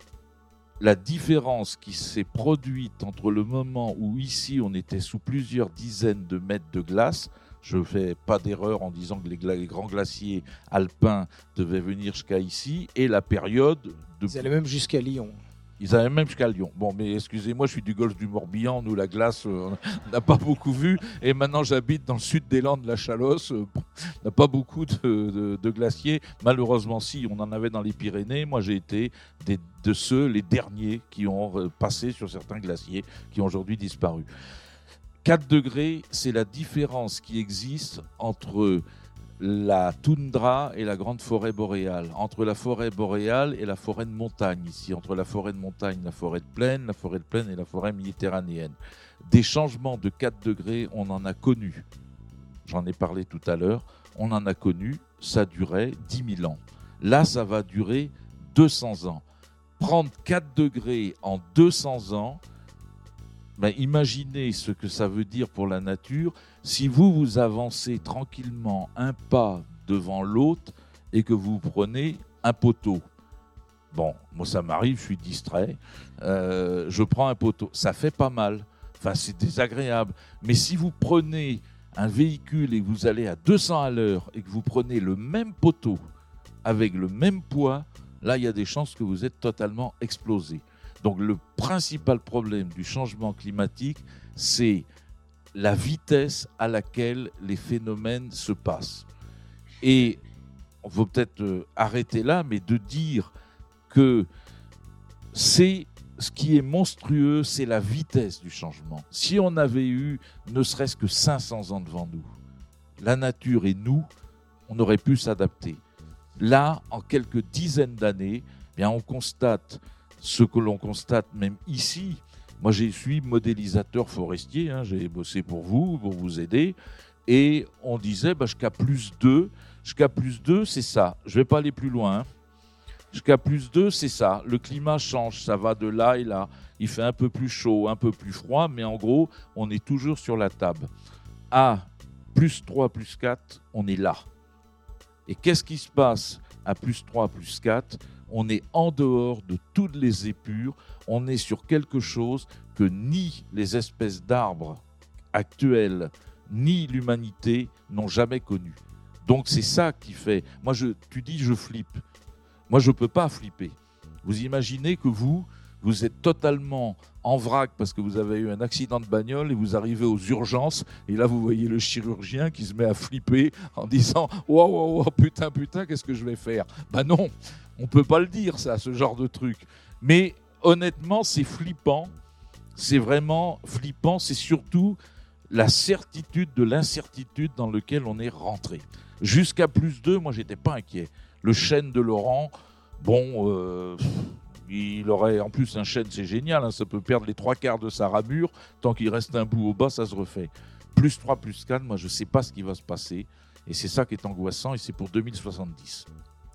la différence qui s'est produite entre le moment où ici on était sous plusieurs dizaines de mètres de glace. Je ne fais pas d'erreur en disant que les, gla- les grands glaciers alpins devaient venir jusqu'à ici, et la période... De... Ils allaient même jusqu'à Lyon. Ils allaient même jusqu'à Lyon. Bon, mais excusez-moi, je suis du golfe du Morbihan, nous la glace, euh, on n'a pas beaucoup vu, et maintenant j'habite dans le sud des Landes, la Chalosse, euh, bon, on n'a pas beaucoup de, de, de glaciers. Malheureusement, si, on en avait dans les Pyrénées. Moi, j'ai été des, de ceux, les derniers, qui ont passé sur certains glaciers, qui ont aujourd'hui disparu. quatre degrés, c'est la différence qui existe entre la toundra et la grande forêt boréale, entre la forêt boréale et la forêt de montagne ici, entre la forêt de montagne, la forêt de plaine, la forêt de plaine et la forêt méditerranéenne. Des changements de quatre degrés, on en a connu. J'en ai parlé tout à l'heure, on en a connu, ça durait dix mille ans. Là, ça va durer deux cents ans. Prendre quatre degrés en deux cents ans, ben, imaginez ce que ça veut dire pour la nature si vous vous avancez tranquillement un pas devant l'autre et que vous prenez un poteau. Bon, moi ça m'arrive, je suis distrait, euh, je prends un poteau, ça fait pas mal, enfin c'est désagréable, mais si vous prenez un véhicule et que vous allez à deux cents à l'heure et que vous prenez le même poteau avec le même poids, là il y a des chances que vous êtes totalement explosé. Donc le principal problème du changement climatique, c'est la vitesse à laquelle les phénomènes se passent. Et on va peut-être euh, arrêter là, mais de dire que c'est ce qui est monstrueux, c'est la vitesse du changement. Si on avait eu ne serait-ce que cinq cents ans devant nous, la nature et nous, on aurait pu s'adapter. Là, en quelques dizaines d'années, eh bien, on constate ce que l'on constate même ici. Moi, je suis modélisateur forestier, hein, j'ai bossé pour vous, pour vous aider, et on disait, bah, jusqu'à plus deux, jusqu'à plus deux, c'est ça. Je ne vais pas aller plus loin. Hein. Jusqu'à plus deux, c'est ça. Le climat change, ça va de là et là. Il fait un peu plus chaud, un peu plus froid, mais en gros, on est toujours sur la table. À plus trois, plus quatre, on est là. Et qu'est-ce qui se passe à plus trois, plus quatre ? On est en dehors de toutes les épures, on est sur quelque chose que ni les espèces d'arbres actuelles, ni l'humanité n'ont jamais connu. Donc c'est ça qui fait... Moi, je, tu dis je flippe. Moi, je ne peux pas flipper. Vous imaginez que vous, vous êtes totalement en vrac parce que vous avez eu un accident de bagnole et vous arrivez aux urgences et là, vous voyez le chirurgien qui se met à flipper en disant « Wow, wow, wow, putain, putain, qu'est-ce que je vais faire ?» Ben non, on ne peut pas le dire, ça, ce genre de truc. Mais honnêtement, c'est flippant. C'est vraiment flippant. C'est surtout la certitude de l'incertitude dans laquelle on est rentré. Jusqu'à plus deux, moi, je n'étais pas inquiet. Le chêne de Laurent, bon, euh, il aurait... En plus, un chêne, c'est génial. Hein, ça peut perdre les trois quarts de sa ramure. Tant qu'il reste un bout au bas, ça se refait. Plus trois, plus quatre, moi, je ne sais pas ce qui va se passer. Et c'est ça qui est angoissant. Et c'est pour deux mille soixante-dix. Laurent ?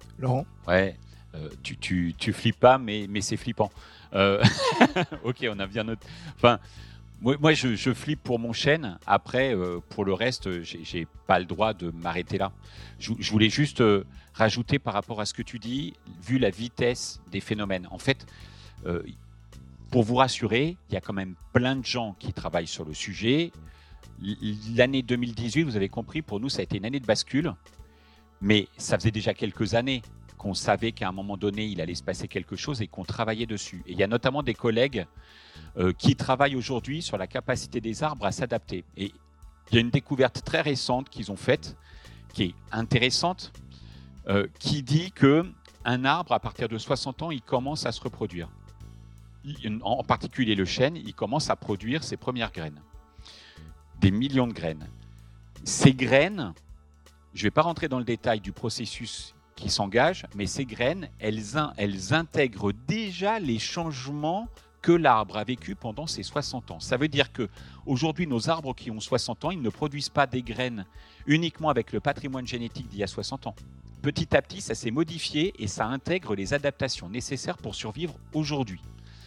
Ouais. Euh, tu, tu, tu flippes pas, mais, mais c'est flippant. Euh... ok, on a bien noté. Enfin, moi, moi je, je flippe pour mon chêne. Après, euh, pour le reste, j'ai, j'ai pas le droit de m'arrêter là. Je, je voulais juste euh, rajouter par rapport à ce que tu dis, vu la vitesse des phénomènes. En fait, euh, pour vous rassurer, il y a quand même plein de gens qui travaillent sur le sujet. L'année deux mille dix-huit, vous avez compris, pour nous, ça a été une année de bascule. Mais ça faisait déjà quelques années qu'on savait qu'à un moment donné, il allait se passer quelque chose et qu'on travaillait dessus. Et il y a notamment des collègues euh, qui travaillent aujourd'hui sur la capacité des arbres à s'adapter. Et il y a une découverte très récente qu'ils ont faite, qui est intéressante, euh, qui dit que un arbre, à partir de soixante ans, il commence à se reproduire. Il, en particulier le chêne, il commence à produire ses premières graines. Des millions de graines. Ces graines, je ne vais pas rentrer dans le détail du processus qui s'engage, mais ces graines, elles, in, elles intègrent déjà les changements que l'arbre a vécu pendant ses soixante ans. Ça veut dire qu'aujourd'hui, nos arbres qui ont soixante ans, ils ne produisent pas des graines uniquement avec le patrimoine génétique d'il y a soixante ans. Petit à petit, ça s'est modifié et ça intègre les adaptations nécessaires pour survivre aujourd'hui.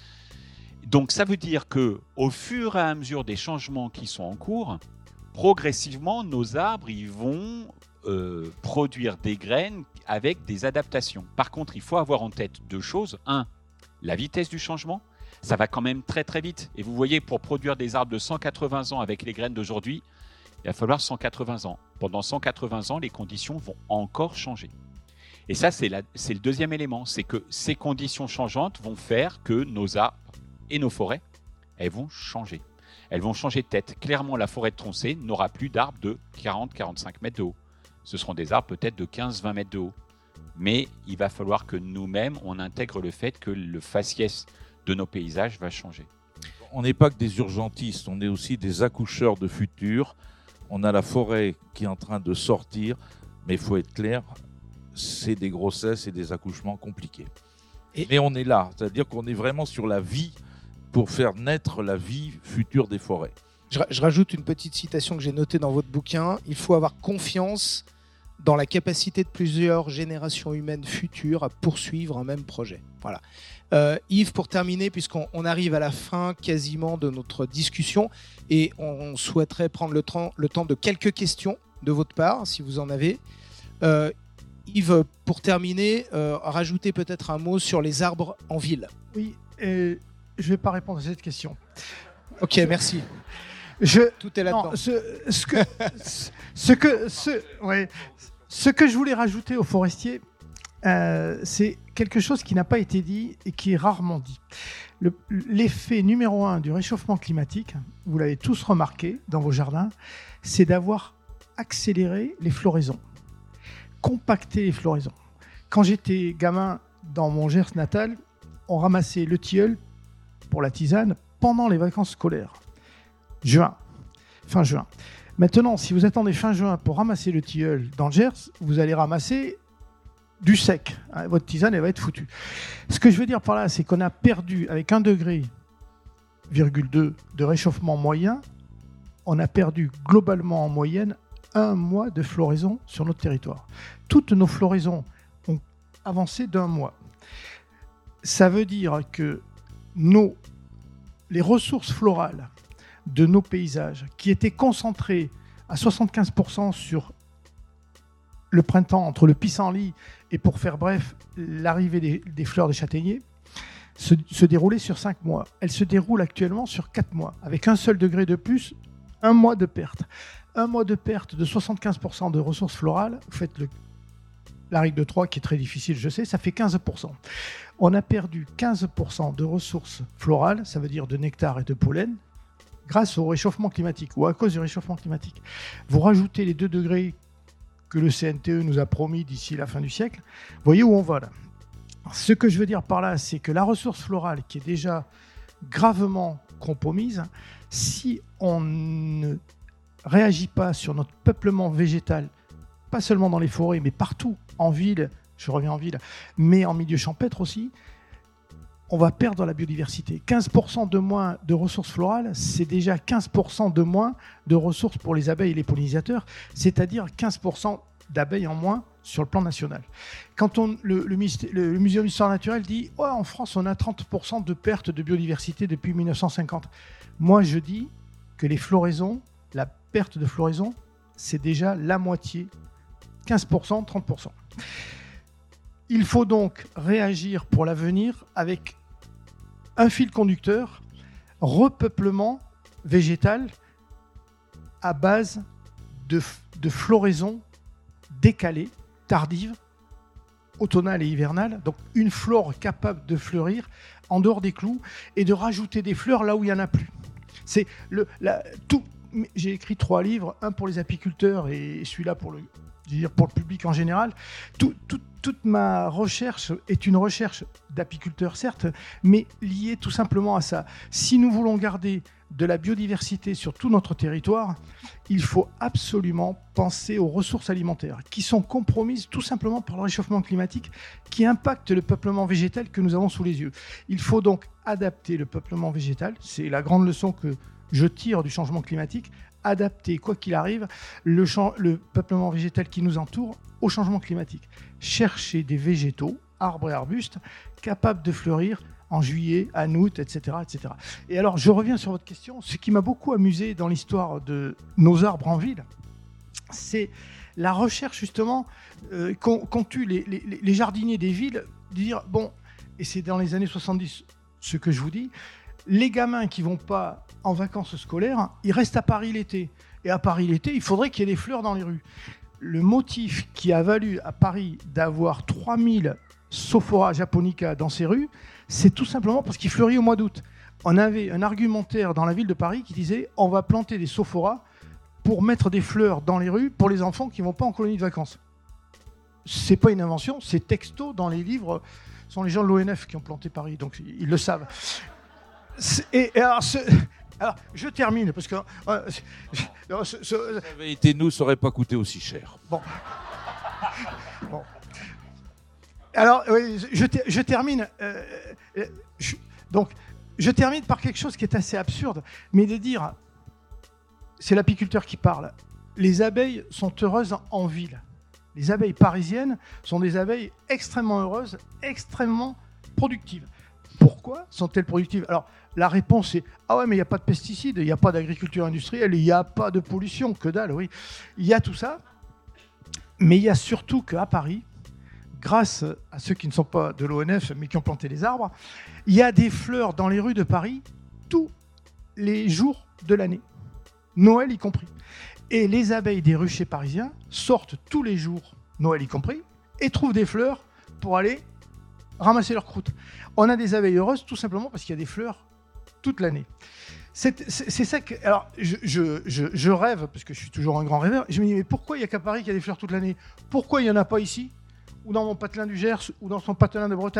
Donc ça veut dire qu'au fur et à mesure des changements qui sont en cours, progressivement, nos arbres ils vont euh, produire des graines avec des adaptations. Par contre, il faut avoir en tête deux choses. Un, la vitesse du changement. Ça va quand même très très vite. Et vous voyez, pour produire des arbres de cent quatre-vingts ans avec les graines d'aujourd'hui, il va falloir cent quatre-vingts ans. Pendant cent quatre-vingts ans, les conditions vont encore changer. Et ça, c'est, la, c'est le deuxième élément. C'est que ces conditions changeantes vont faire que nos arbres et nos forêts, elles vont changer. Elles vont changer de tête. Clairement, la forêt de Troncé n'aura plus d'arbres de quarante à quarante-cinq mètres de haut. Ce seront des arbres peut-être de quinze à vingt mètres de haut. Mais il va falloir que nous-mêmes, on intègre le fait que le faciès de nos paysages va changer. On n'est pas que des urgentistes, on est aussi des accoucheurs de futur. On a la forêt qui est en train de sortir, mais il faut être clair, c'est des grossesses et des accouchements compliqués. Et mais on est là, c'est-à-dire qu'on est vraiment sur la vie pour faire naître la vie future des forêts. Je, je rajoute une petite citation que j'ai notée dans votre bouquin. Il faut avoir confiance dans la capacité de plusieurs générations humaines futures à poursuivre un même projet. Voilà. Euh, Yves, pour terminer, puisqu'on on arrive à la fin quasiment de notre discussion, et on souhaiterait prendre le, temps, le temps de quelques questions de votre part, si vous en avez. Euh, Yves, pour terminer, euh, rajouter peut-être un mot sur les arbres en ville. Oui, et je ne vais pas répondre à cette question. Ok, merci. Je, Tout est là-dedans. Non, ce, ce, que, ce, que, ce, ouais, ce que je voulais rajouter aux forestiers, euh, c'est quelque chose qui n'a pas été dit et qui est rarement dit. Le, l'effet numéro un du réchauffement climatique, vous l'avez tous remarqué dans vos jardins, c'est d'avoir accéléré les floraisons, compacté les floraisons. Quand j'étais gamin dans mon Gers natal, on ramassait le tilleul pour la tisane pendant les vacances scolaires. Juin, fin juin. Maintenant, si vous attendez fin juin pour ramasser le tilleul dans le Gers, vous allez ramasser du sec. Hein, votre tisane, elle va être foutue. Ce que je veux dire par là, c'est qu'on a perdu, avec un degré virgule deux de réchauffement moyen, on a perdu globalement en moyenne un mois de floraison sur notre territoire. Toutes nos floraisons ont avancé d'un mois. Ça veut dire que nos, les ressources florales de nos paysages, qui étaient concentrées à soixante-quinze pour cent sur le printemps, entre le pissenlit et, pour faire bref, l'arrivée des, des fleurs des châtaigniers, se, se déroulaient sur cinq mois. Elles se déroulent actuellement sur quatre mois, avec un seul degré de plus, un mois de perte. Un mois de perte de soixante-quinze pour cent de ressources florales, vous faites le, la règle de trois qui est très difficile, je sais, ça fait quinze pour cent. On a perdu quinze pour cent de ressources florales, ça veut dire de nectar et de pollen, grâce au réchauffement climatique ou à cause du réchauffement climatique. Vous rajoutez les deux degrés que le C N T E nous a promis d'ici la fin du siècle, vous voyez où on va là. Ce que je veux dire par là, c'est que la ressource florale qui est déjà gravement compromise, si on ne réagit pas sur notre peuplement végétal, pas seulement dans les forêts, mais partout, en ville, je reviens en ville, mais en milieu champêtre aussi, on va perdre la biodiversité. quinze pour cent de moins de ressources florales, c'est déjà quinze pour cent de moins de ressources pour les abeilles et les pollinisateurs, c'est-à-dire quinze pour cent d'abeilles en moins sur le plan national. Quand on, le, le, le, le Muséum d'histoire naturelle dit oh, « en France, on a trente pour cent de perte de biodiversité depuis mille neuf cent cinquante », moi je dis que les floraisons, la perte de floraison, c'est déjà la moitié, quinze pour cent, trente pour cent. Il faut donc réagir pour l'avenir avec un fil conducteur, repeuplement végétal à base de, de floraison décalée, tardive, automnale et hivernale, donc une flore capable de fleurir en dehors des clous et de rajouter des fleurs là où il n'y en a plus. C'est le, la, tout, j'ai écrit trois livres, un pour les apiculteurs et celui-là pour le, dire pour le public en général. Tout, tout, toute ma recherche est une recherche d'apiculteur, certes, mais liée tout simplement à ça. Si nous voulons garder de la biodiversité sur tout notre territoire, il faut absolument penser aux ressources alimentaires qui sont compromises tout simplement par le réchauffement climatique qui impacte le peuplement végétal que nous avons sous les yeux. Il faut donc adapter le peuplement végétal, c'est la grande leçon que je tire du changement climatique, adapter, quoi qu'il arrive, le, champ, le peuplement végétal qui nous entoure au changement climatique. Chercher des végétaux, arbres et arbustes, capables de fleurir en juillet, en août, et cetera, et cetera. Et alors, je reviens sur votre question. Ce qui m'a beaucoup amusé dans l'histoire de nos arbres en ville, c'est la recherche, justement, euh, qu'ont, qu'ont eu les, les, les jardiniers des villes, de dire, bon, et c'est dans les années soixante-dix ce que je vous dis, les gamins qui ne vont pas en vacances scolaires, ils restent à Paris l'été. Et à Paris l'été, il faudrait qu'il y ait des fleurs dans les rues. Le motif qui a valu à Paris d'avoir trois mille Sophora japonica dans ces rues, c'est tout simplement parce qu'il fleurit au mois d'août. On avait un argumentaire dans la ville de Paris qui disait on va planter des Sophora pour mettre des fleurs dans les rues pour les enfants qui ne vont pas en colonie de vacances. C'est pas une invention, c'est texto dans les livres. Ce sont les gens de l'O N F qui ont planté Paris, donc ils le savent. Et, et alors, ce, alors, je termine parce que euh, ce, ce, si ça avait été nous, ça n'aurait pas coûté aussi cher. Bon. Bon. Alors, oui, je, je termine. Euh, je, donc, je termine par quelque chose qui est assez absurde, mais de dire, c'est l'apiculteur qui parle. Les abeilles sont heureuses en ville. Les abeilles parisiennes sont des abeilles extrêmement heureuses, extrêmement productives. Pourquoi sont-elles productives ? Alors, la réponse est « Ah ouais, mais il n'y a pas de pesticides, il n'y a pas d'agriculture industrielle, il n'y a pas de pollution, que dalle, oui. » Il y a tout ça, mais il y a surtout qu'à Paris, grâce à ceux qui ne sont pas de l'O N F, mais qui ont planté les arbres, il y a des fleurs dans les rues de Paris tous les jours de l'année, Noël y compris. Et les abeilles des ruchers parisiens sortent tous les jours, Noël y compris, et trouvent des fleurs pour aller ramasser leurs croûtes. On a des abeilles heureuses tout simplement parce qu'il y a des fleurs toute l'année. C'est, c'est, c'est ça que... Alors, je, je, je, je rêve, parce que je suis toujours un grand rêveur, je me dis, mais pourquoi il n'y a qu'à Paris qu'il y a des fleurs toute l'année ? Pourquoi il n'y en a pas ici ? Ou dans mon patelin du Gers, ou dans son patelin de Bretagne ?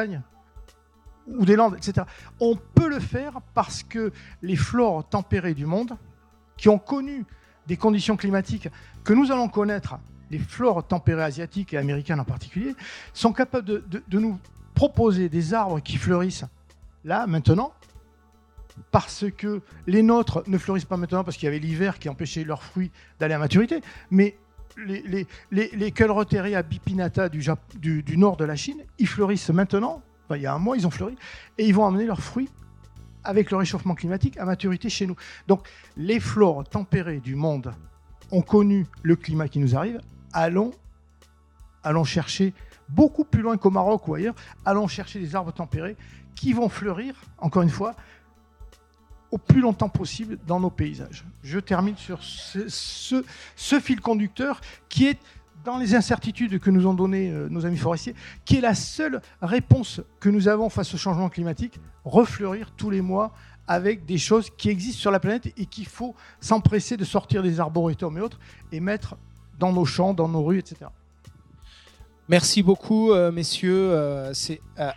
Ou des Landes, et cetera. On peut le faire parce que les flores tempérées du monde, qui ont connu des conditions climatiques que nous allons connaître, les flores tempérées asiatiques et américaines en particulier, sont capables de, de, de nous proposer des arbres qui fleurissent là, maintenant, parce que les nôtres ne fleurissent pas maintenant parce qu'il y avait l'hiver qui empêchait leurs fruits d'aller à maturité, mais les, les, les, les Cœlreteria bipinata du, Jap- du, du nord de la Chine, ils fleurissent maintenant, enfin, il y a un mois, ils ont fleuri, et ils vont amener leurs fruits avec le réchauffement climatique à maturité chez nous. Donc, les flores tempérées du monde ont connu le climat qui nous arrive. Allons, allons chercher beaucoup plus loin qu'au Maroc ou ailleurs, allons chercher des arbres tempérés qui vont fleurir, encore une fois, au plus longtemps possible dans nos paysages. Je termine sur ce, ce, ce fil conducteur qui est, dans les incertitudes que nous ont données euh, nos amis forestiers, qui est la seule réponse que nous avons face au changement climatique, refleurir tous les mois avec des choses qui existent sur la planète et qu'il faut s'empresser de sortir des arboretums et autres et mettre dans nos champs, dans nos rues, et cetera. Merci beaucoup, euh, messieurs. Euh, c'est, euh...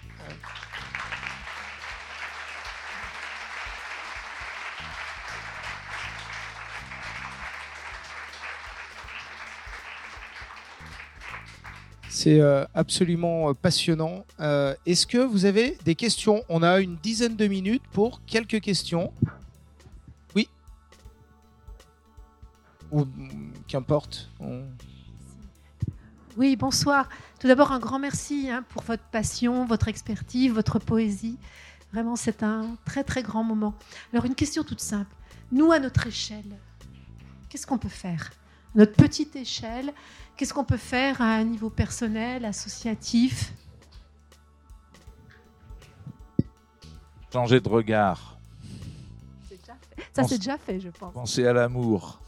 C'est euh, absolument passionnant. Euh, est-ce que vous avez des questions ? On a une dizaine de minutes pour quelques questions. Oui ? Ou qu'importe. On... Oui, bonsoir. Tout d'abord, un grand merci hein, pour votre passion, votre expertise, votre poésie. Vraiment, c'est un très, très grand moment. Alors, une question toute simple. Nous, à notre échelle, qu'est-ce qu'on peut faire ? À notre petite échelle, qu'est-ce qu'on peut faire à un niveau personnel, associatif ? Changer de regard. C'est déjà fait. Ça, c'est déjà fait, je pense. Penser à l'amour.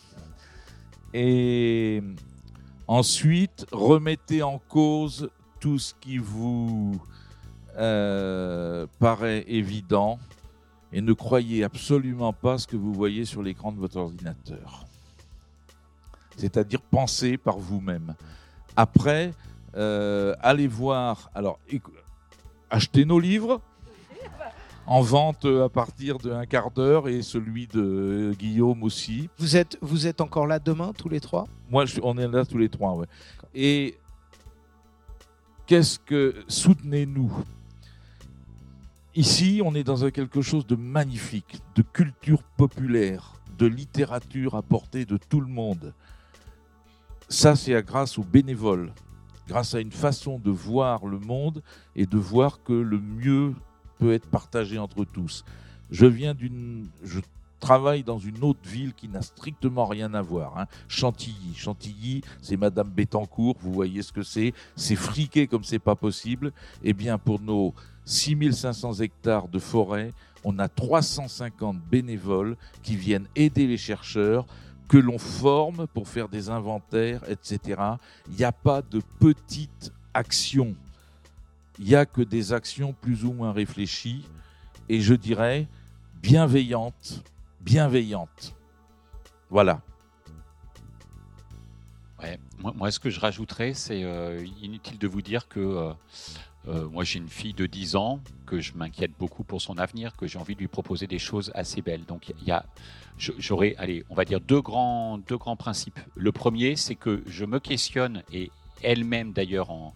Et ensuite, remettez en cause tout ce qui vous euh, paraît évident et ne croyez absolument pas ce que vous voyez sur l'écran de votre ordinateur. c'est-à-dire pensez par vous-même. Après, euh, allez voir, alors éc- achetez nos livres en vente à partir d'un quart d'heure et celui de Guillaume aussi. Vous êtes, vous êtes encore là demain, tous les trois ? Moi, je, on est là tous les trois, ouais. Et qu'est-ce que... Soutenez-nous. Ici, on est dans quelque chose de magnifique, de culture populaire, de littérature à portée de tout le monde. Ça, c'est grâce aux bénévoles, grâce à une façon de voir le monde et de voir que le mieux peut être partagé entre tous. Je viens d'une... Je travaille dans une autre ville qui n'a strictement rien à voir, hein. Chantilly. Chantilly, c'est Madame Bettencourt, vous voyez ce que c'est. C'est friqué comme c'est pas possible. Eh bien, pour nos six mille cinq cents hectares de forêt, on a trois cent cinquante bénévoles qui viennent aider les chercheurs, que l'on forme pour faire des inventaires, et cetera. Il n'y a pas de petites actions. Il n'y a que des actions plus ou moins réfléchies et je dirais bienveillantes, bienveillantes. Voilà. Ouais, moi, moi, ce que je rajouterais, c'est euh, inutile de vous dire que euh, euh, moi, j'ai une fille de dix ans, que je m'inquiète beaucoup pour son avenir, que j'ai envie de lui proposer des choses assez belles. Donc, il y a, j'aurais, allez, on va dire deux grands, deux grands principes. Le premier, c'est que je me questionne, et elle-même d'ailleurs en,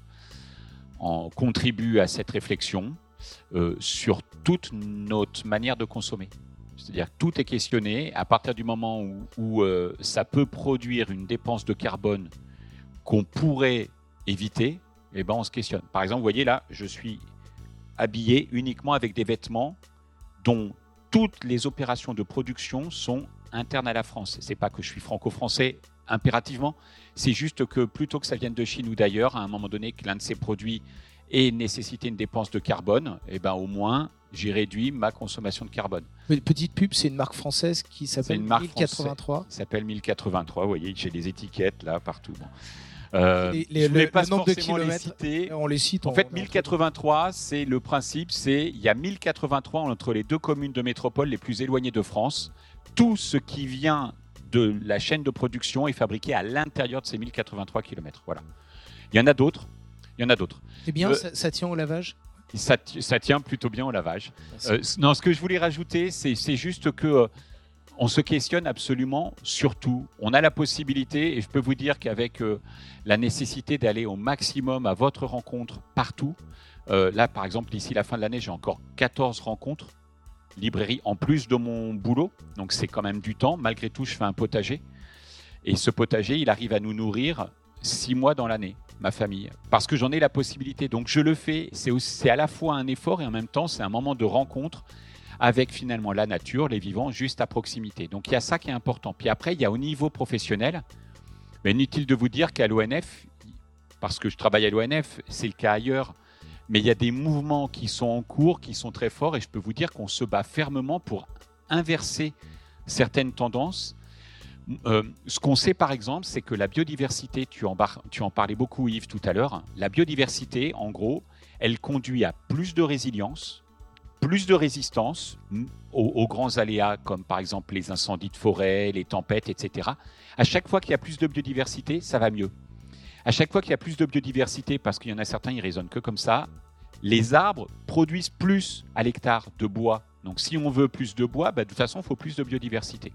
en contribue à cette réflexion, euh, sur toute notre manière de consommer. C'est-à-dire que tout est questionné à partir du moment où, où euh, ça peut produire une dépense de carbone qu'on pourrait éviter, eh ben on se questionne. Par exemple, vous voyez là, je suis habillé uniquement avec des vêtements dont toutes les opérations de production sont internes à la France. C'est pas que je suis franco-français impérativement, c'est juste que plutôt que ça vienne de Chine ou d'ailleurs, à un moment donné, que l'un de ces produits ait nécessité une dépense de carbone, eh ben au moins j'ai réduit ma consommation de carbone. Petite pub, c'est une marque française qui s'appelle mille quatre-vingt-trois. Ça s'appelle mille quatre-vingt-trois, vous voyez, j'ai des étiquettes là partout. Bon. Euh, les, les, je voulais le, pas le nombre de forcément kilomètres, les citer. On les cite. En fait, mille quatre-vingt-trois, c'est le principe, c'est il y a mille quatre-vingt-trois entre les deux communes de métropole les plus éloignées de France. Tout ce qui vient de la chaîne de production est fabriqué à l'intérieur de ces mille quatre-vingt-trois kilomètres. Voilà. Il y en a d'autres. Il y en a d'autres. Eh bien, euh, ça, ça tient au lavage. Ça, ça tient plutôt bien au lavage. Euh, non, ce que je voulais rajouter, c'est, c'est juste que euh, on se questionne absolument sur tout. On a la possibilité, et je peux vous dire qu'avec euh, la nécessité d'aller au maximum à votre rencontre partout, euh, là, par exemple, d'ici la fin de l'année, j'ai encore quatorze rencontres, librairies en plus de mon boulot. Donc, c'est quand même du temps. Malgré tout, je fais un potager. Et ce potager, il arrive à nous nourrir six mois dans l'année, ma famille, parce que j'en ai la possibilité. Donc je le fais, c'est, aussi, c'est à la fois un effort et en même temps c'est un moment de rencontre avec finalement la nature, les vivants, juste à proximité. Donc il y a ça qui est important. Puis après, il y a au niveau professionnel, mais inutile de vous dire qu'à l'O N F, parce que je travaille à l'O N F, c'est le cas ailleurs, mais il y a des mouvements qui sont en cours, qui sont très forts, et je peux vous dire qu'on se bat fermement pour inverser certaines tendances. Euh, ce qu'on sait par exemple, c'est que la biodiversité, tu en, bar, tu en parlais beaucoup Yves tout à l'heure, la biodiversité en gros, elle conduit à plus de résilience, plus de résistance aux, aux grands aléas comme par exemple les incendies de forêt, les tempêtes, et cetera. À chaque fois qu'il y a plus de biodiversité, ça va mieux. À chaque fois qu'il y a plus de biodiversité, parce qu'il y en a certains, ils raisonnent que comme ça, les arbres produisent plus à l'hectare de bois. Donc si on veut plus de bois, bah, de toute façon, il faut plus de biodiversité.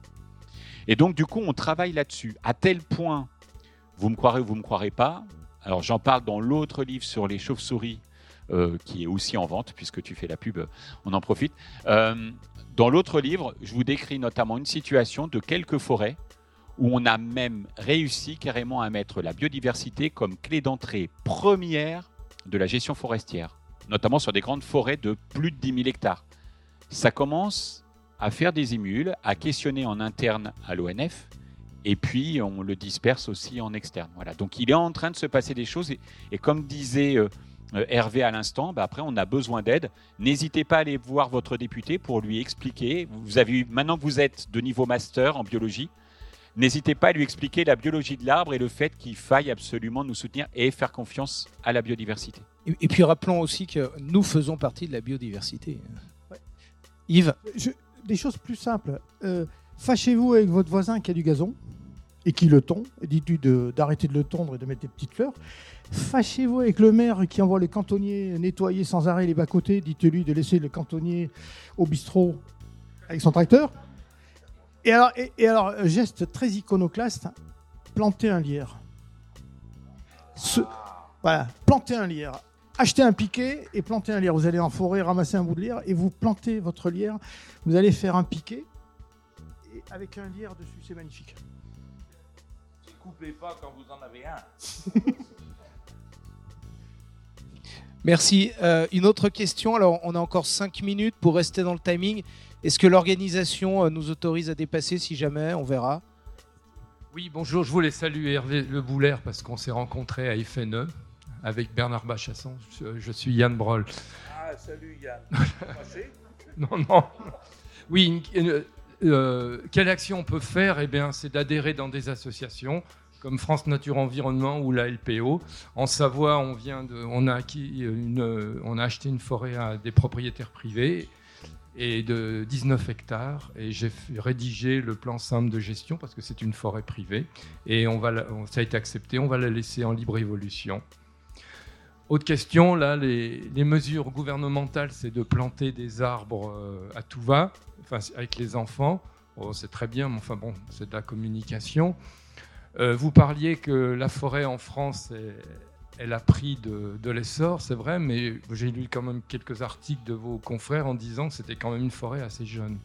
Et donc, du coup, on travaille là-dessus, à tel point, vous me croirez ou vous ne me croirez pas, alors j'en parle dans l'autre livre sur les chauves-souris, euh, qui est aussi en vente, puisque tu fais la pub, on en profite. Euh, dans l'autre livre, je vous décris notamment une situation de quelques forêts où on a même réussi carrément à mettre la biodiversité comme clé d'entrée première de la gestion forestière, notamment sur des grandes forêts de plus de dix mille hectares. Ça commence à faire des émules, à questionner en interne à l'O N F, et puis on le disperse aussi en externe. Voilà. Donc il est en train de se passer des choses, et, et comme disait euh, Hervé à l'instant, bah après on a besoin d'aide. N'hésitez pas à aller voir votre député pour lui expliquer. Vous avez eu, maintenant que vous êtes de niveau master en biologie, n'hésitez pas à lui expliquer la biologie de l'arbre et le fait qu'il faille absolument nous soutenir et faire confiance à la biodiversité. Et, et puis rappelons aussi que nous faisons partie de la biodiversité. Ouais. Yves ? Je... Des choses plus simples. Euh, fâchez-vous avec votre voisin qui a du gazon et qui le tond, et dites-lui de, d'arrêter de le tondre et de mettre des petites fleurs. Fâchez-vous avec le maire qui envoie le cantonnier nettoyer sans arrêt les bas-côtés, dites-lui de laisser le cantonnier au bistrot avec son tracteur. Et alors, et, et alors geste très iconoclaste, planter un lierre. Ce, voilà, planter un lierre. Achetez un piquet et plantez un lierre. Vous allez en forêt ramasser un bout de lierre et vous plantez votre lierre. Vous allez faire un piquet et avec un lierre dessus, c'est magnifique. Ne coupez pas quand vous en avez un. Merci. Euh, une autre question. Alors, on a encore cinq minutes pour rester dans le timing. Est-ce que l'organisation nous autorise à dépasser? Si jamais, on verra. Oui, bonjour. Je voulais saluer Hervé Le Boulaire parce qu'on s'est rencontrés à F N E avec Bernard Bachasson. Je, je suis Yann Broll. Ah, salut Yann. Non, non. Oui, une, euh, quelle action on peut faire? Eh bien, c'est d'adhérer dans des associations comme France Nature Environnement ou la L P O. En Savoie, on, vient de, on, a acquis une, on a acheté une forêt à des propriétaires privés et de dix-neuf hectares. Et j'ai rédigé le plan simple de gestion parce que c'est une forêt privée. Et on va la, ça a été accepté, on va la laisser en libre évolution. Autre question, là, les, les mesures gouvernementales, c'est de planter des arbres euh, à tout va, enfin, avec les enfants. Bon, c'est très bien, mais enfin bon, c'est de la communication. Euh, vous parliez que la forêt en France, est, elle a pris de, de l'essor, c'est vrai, mais j'ai lu quand même quelques articles de vos confrères en disant que c'était quand même une forêt assez jeune.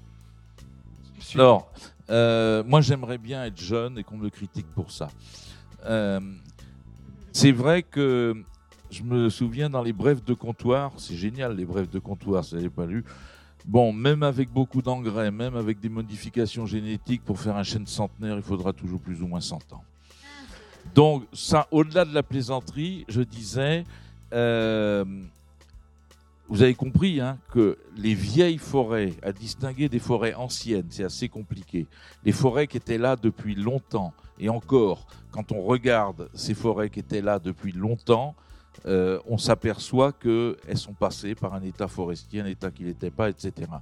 Alors, euh, moi j'aimerais bien être jeune et qu'on me critique pour ça. Euh, c'est vrai que je me souviens dans les brèves de comptoir, c'est génial les brèves de comptoir, ça n'avez pas lu. Bon, même avec beaucoup d'engrais, même avec des modifications génétiques pour faire un chêne centenaire, il faudra toujours plus ou moins cent ans. Donc, ça, au-delà de la plaisanterie, je disais, euh, vous avez compris hein, que les vieilles forêts, à distinguer des forêts anciennes, c'est assez compliqué. Les forêts qui étaient là depuis longtemps, et encore, quand on regarde ces forêts qui étaient là depuis longtemps, Euh, on s'aperçoit qu'elles sont passées par un état forestier, un état qui n'était pas, et cetera.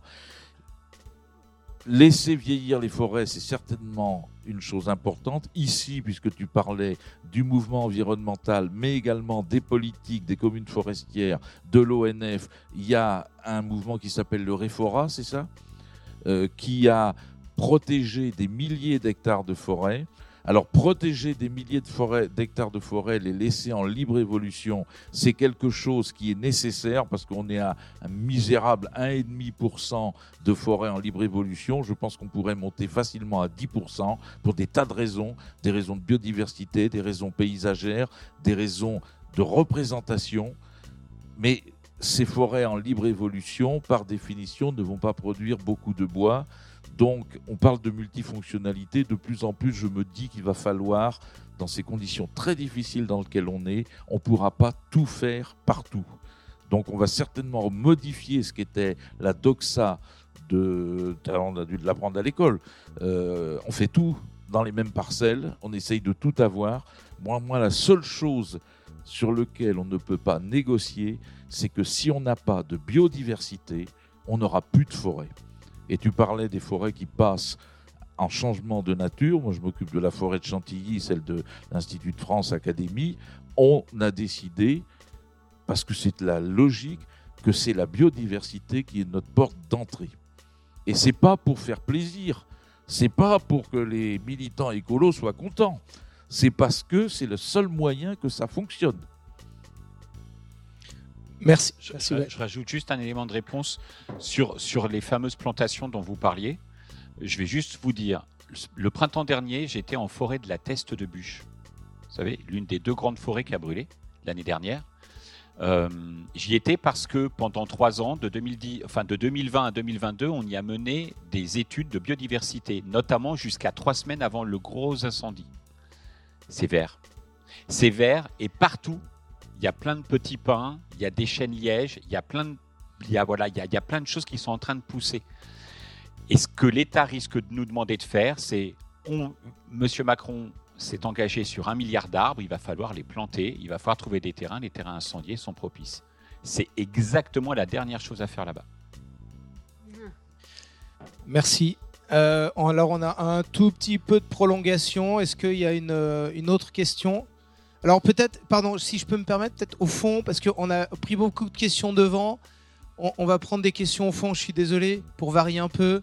Laisser vieillir les forêts, c'est certainement une chose importante. Ici, puisque tu parlais du mouvement environnemental, mais également des politiques, des communes forestières, de l'O N F, il y a un mouvement qui s'appelle le Réfora, c'est ça euh, qui a protégé des milliers d'hectares de forêts. Alors, protéger des milliers de forêts, d'hectares de forêt, les laisser en libre évolution, c'est quelque chose qui est nécessaire parce qu'on est à un misérable un virgule cinq pour cent de forêts en libre évolution. Je pense qu'on pourrait monter facilement à dix pour cent pour des tas de raisons, des raisons de biodiversité, des raisons paysagères, des raisons de représentation. Mais ces forêts en libre évolution, par définition, ne vont pas produire beaucoup de bois. Donc, on parle de multifonctionnalité. De plus en plus, je me dis qu'il va falloir, dans ces conditions très difficiles dans lesquelles on est, on ne pourra pas tout faire partout. Donc, on va certainement modifier ce qu'était la doxa de... On a dû l'apprendre à l'école. Euh, on fait tout dans les mêmes parcelles. On essaye de tout avoir. Moi, moi, la seule chose sur laquelle on ne peut pas négocier, c'est que si on n'a pas de biodiversité, on n'aura plus de forêt. Et tu parlais des forêts qui passent en changement de nature. Moi, je m'occupe de la forêt de Chantilly, celle de l'Institut de France Académie. On a décidé, parce que c'est la logique, que c'est la biodiversité qui est notre porte d'entrée. Et c'est pas pour faire plaisir, c'est pas pour que les militants écolos soient contents. C'est parce que c'est le seul moyen que ça fonctionne. Merci. Je, je, je rajoute juste un élément de réponse sur, sur les fameuses plantations dont vous parliez. Je vais juste vous dire, le printemps dernier, j'étais en forêt de la Teste de Bûche. Vous savez, l'une des deux grandes forêts qui a brûlé l'année dernière. Euh, j'y étais parce que pendant trois ans, de, deux mille dix, enfin de deux mille vingt à deux mille vingt-deux, on y a mené des études de biodiversité, notamment jusqu'à trois semaines avant le gros incendie. C'est vert. C'est vert et partout, il y a plein de petits pins, il y a des chênes lièges, il y a plein de, il y a, voilà, il y a, il y a plein de choses qui sont en train de pousser. Et ce que l'État risque de nous demander de faire, c'est, on, Monsieur Macron s'est engagé sur un milliard d'arbres, il va falloir les planter, il va falloir trouver des terrains, les terrains incendiés sont propices. C'est exactement la dernière chose à faire là-bas. Merci. Euh, alors on a un tout petit peu de prolongation. Est-ce qu'il y a une, une autre question ? Alors peut-être, pardon, si je peux me permettre, peut-être au fond, parce qu'on a pris beaucoup de questions devant. On, on va prendre des questions au fond, je suis désolé, pour varier un peu.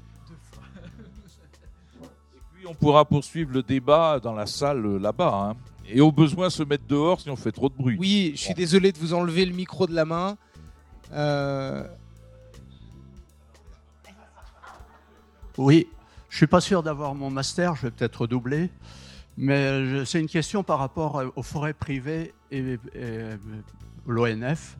Et puis on pourra poursuivre le débat dans la salle là-bas. Hein. Et au besoin se mettre dehors si on fait trop de bruit. Oui, je suis bon. Désolé de vous enlever le micro de la main. Euh... Oui, je ne suis pas sûr d'avoir mon master, je vais peut-être redoubler. Mais je, c'est une question par rapport aux forêts privées et, et l'O N F.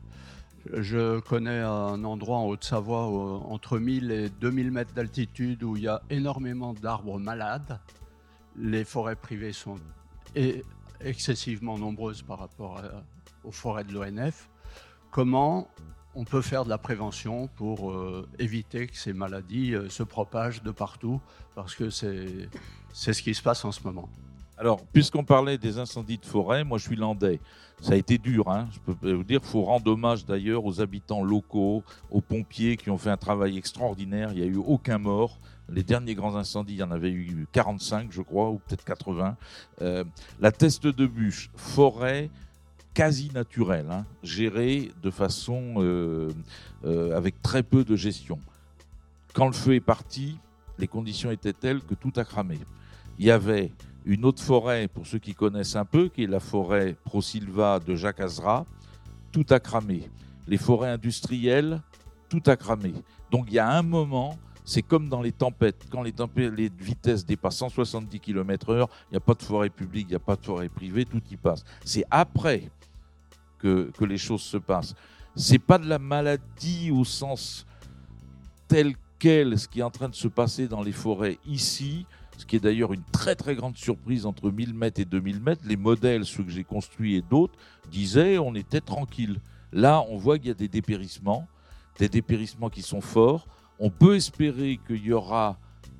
Je connais un endroit en Haute-Savoie où, entre mille et deux mille mètres d'altitude où il y a énormément d'arbres malades. Les forêts privées sont excessivement nombreuses par rapport à, aux forêts de l'O N F. Comment on peut faire de la prévention pour euh, éviter que ces maladies euh, se propagent de partout, parce que c'est, c'est ce qui se passe en ce moment. Alors, puisqu'on parlait des incendies de forêt, moi je suis landais. Ça a été dur, hein. Je peux vous dire. Il faut rendre hommage d'ailleurs aux habitants locaux, aux pompiers qui ont fait un travail extraordinaire. Il n'y a eu aucun mort. Les derniers grands incendies, il y en avait eu quarante-cinq, je crois, ou peut-être quatre-vingts. Euh, la Teste de Bûche, forêt quasi naturelle, hein, gérée de façon euh, euh, avec très peu de gestion. Quand le feu est parti, les conditions étaient telles que tout a cramé. Il y avait une autre forêt, pour ceux qui connaissent un peu, qui est la forêt Prosilva de Jacques Azra, tout a cramé. Les forêts industrielles, tout a cramé. Donc il y a un moment, c'est comme dans les tempêtes, quand les, tempêtes, les vitesses dépassent cent soixante-dix kilomètres heure, il n'y a pas de forêt publique, il n'y a pas de forêt privée, tout y passe. C'est après que, que les choses se passent. Ce n'est pas de la maladie au sens tel quel, ce qui est en train de se passer dans les forêts ici, ce qui est d'ailleurs une très très grande surprise entre mille mètres et deux mille mètres. Les modèles, ceux que j'ai construits et d'autres, disaient on était tranquille. Là, on voit qu'il y a des dépérissements, des dépérissements qui sont forts. On peut espérer qu'il y aura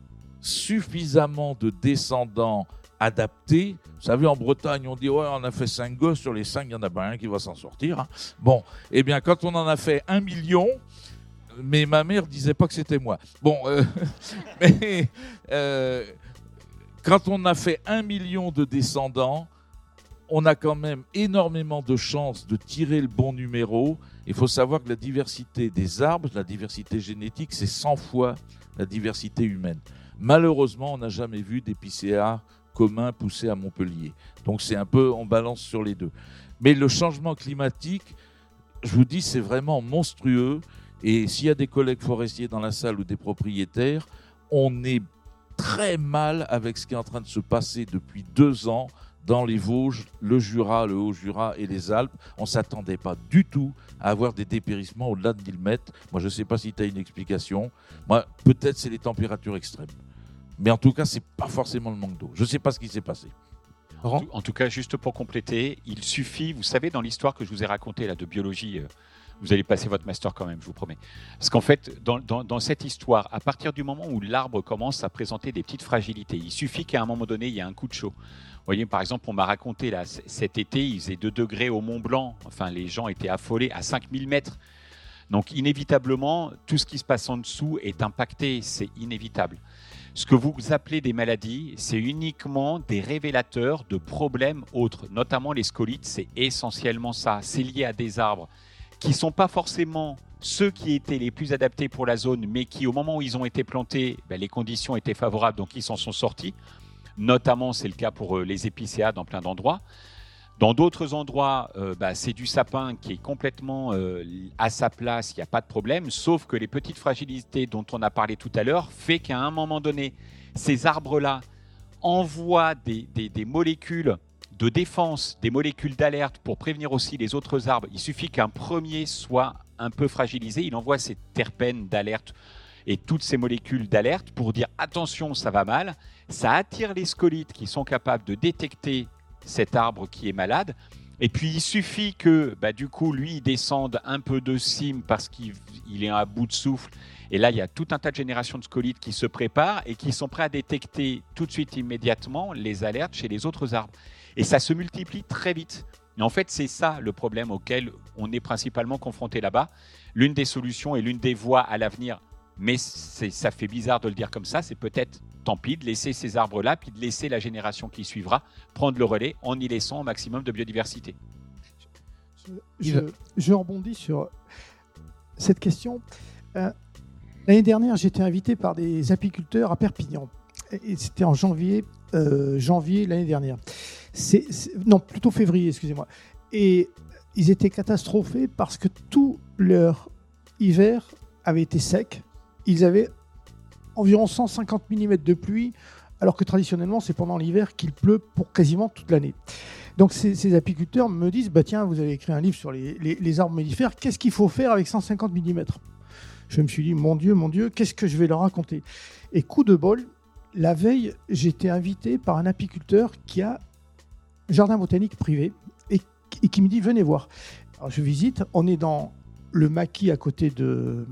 suffisamment de descendants adaptés. Vous savez, en Bretagne, on dit ouais, on a fait cinq gosses, sur les cinq, il n'y en a pas un qui va s'en sortir. Hein. Bon, eh bien, quand on en a fait un million, mais ma mère disait pas que c'était moi. Bon, euh, mais euh, quand on a fait un million de descendants, on a quand même énormément de chances de tirer le bon numéro. Il faut savoir que la diversité des arbres, la diversité génétique, c'est cent fois la diversité humaine. Malheureusement, on n'a jamais vu d'épicéa commun pousser à Montpellier. Donc c'est un peu, on balance sur les deux. Mais le changement climatique, je vous dis, c'est vraiment monstrueux. Et s'il y a des collègues forestiers dans la salle ou des propriétaires, on est très mal avec ce qui est en train de se passer depuis deux ans dans les Vosges, le Jura, le Haut-Jura et les Alpes. On ne s'attendait pas du tout à avoir des dépérissements au-delà de mille mètres. Moi, je ne sais pas si tu as une explication. Moi, peut-être c'est les températures extrêmes. Mais en tout cas, ce n'est pas forcément le manque d'eau. Je ne sais pas ce qui s'est passé. En tout, en tout cas, juste pour compléter, il suffit, vous savez, dans l'histoire que je vous ai racontée là, de biologie, euh, vous allez passer votre master quand même, je vous promets. Parce qu'en fait, dans, dans, dans cette histoire, à partir du moment où l'arbre commence à présenter des petites fragilités, il suffit qu'à un moment donné, il y ait un coup de chaud. Vous voyez, par exemple, on m'a raconté là, cet été, il faisait deux degrés au Mont Blanc. Enfin, les gens étaient affolés à cinq mille mètres. Donc, inévitablement, tout ce qui se passe en dessous est impacté. C'est inévitable. Ce que vous appelez des maladies, c'est uniquement des révélateurs de problèmes autres, notamment les scolites. C'est essentiellement ça. C'est lié à des arbres qui ne sont pas forcément ceux qui étaient les plus adaptés pour la zone, mais qui, au moment où ils ont été plantés, ben, les conditions étaient favorables, donc ils s'en sont sortis. Notamment, c'est le cas pour les épicéas dans plein d'endroits. Dans d'autres endroits, euh, bah, c'est du sapin qui est complètement euh, à sa place, il n'y a pas de problème, sauf que les petites fragilités dont on a parlé tout à l'heure fait qu'à un moment donné, ces arbres-là envoient des, des, des molécules de défense, des molécules d'alerte pour prévenir aussi les autres arbres. Il suffit qu'un premier soit un peu fragilisé, il envoie ces terpènes d'alerte et toutes ces molécules d'alerte pour dire attention, ça va mal. Ça attire les scolites qui sont capables de détecter cet arbre qui est malade. Et puis, il suffit que, bah, du coup, lui, il descende un peu de cime parce qu'il il est à bout de souffle. Et là, il y a tout un tas de générations de scolites qui se préparent et qui sont prêts à détecter tout de suite, immédiatement, les alertes chez les autres arbres. Et ça se multiplie très vite. Et en fait, c'est ça le problème auquel on est principalement confronté là-bas. L'une des solutions et l'une des voies à l'avenir, Mais c'est, ça fait bizarre de le dire comme ça. C'est peut-être, tant pis, de laisser ces arbres-là, puis de laisser la génération qui suivra prendre le relais en y laissant un maximum de biodiversité. Je, je, je rebondis sur cette question. Euh, l'année dernière, j'étais invité par des apiculteurs à Perpignan. Et c'était en janvier, euh, janvier l'année dernière. C'est, c'est, non, plutôt février, excusez-moi. Et ils étaient catastrophés parce que tout leur hiver avait été sec. Ils avaient environ cent cinquante millimètres de pluie, alors que traditionnellement, c'est pendant l'hiver qu'il pleut pour quasiment toute l'année. Donc ces, ces apiculteurs me disent, bah, tiens, vous avez écrit un livre sur les, les, les arbres mellifères, qu'est-ce qu'il faut faire avec cent cinquante millimètres ? Je me suis dit, mon Dieu, mon Dieu, qu'est-ce que je vais leur raconter ? Et coup de bol, la veille, j'étais invité par un apiculteur qui a un jardin botanique privé et, et qui me dit, venez voir. Alors je visite, on est dans le maquis à côté de...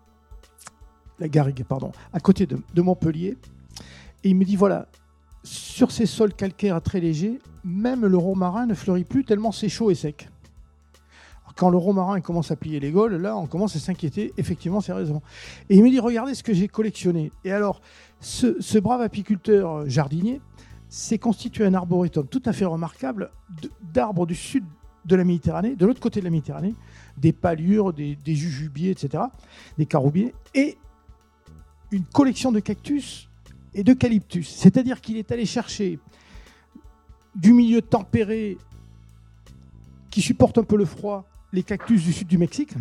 la Garrigue, pardon, à côté de, de Montpellier. Et il me dit, voilà, sur ces sols calcaires très légers, même le romarin ne fleurit plus tellement c'est chaud et sec. Alors, quand le romarin commence à plier les gaules, là, on commence à s'inquiéter, effectivement, sérieusement. Et il me dit, regardez ce que j'ai collectionné. Et alors, ce, ce brave apiculteur jardinier s'est constitué un arboretum tout à fait remarquable d'arbres du sud de la Méditerranée, de l'autre côté de la Méditerranée, des palures, des, des jujubiers, et cetera, des caroubiers, et une collection de cactus et d'eucalyptus. C'est-à-dire qu'il est allé chercher du milieu tempéré qui supporte un peu le froid, les cactus du sud du Mexique,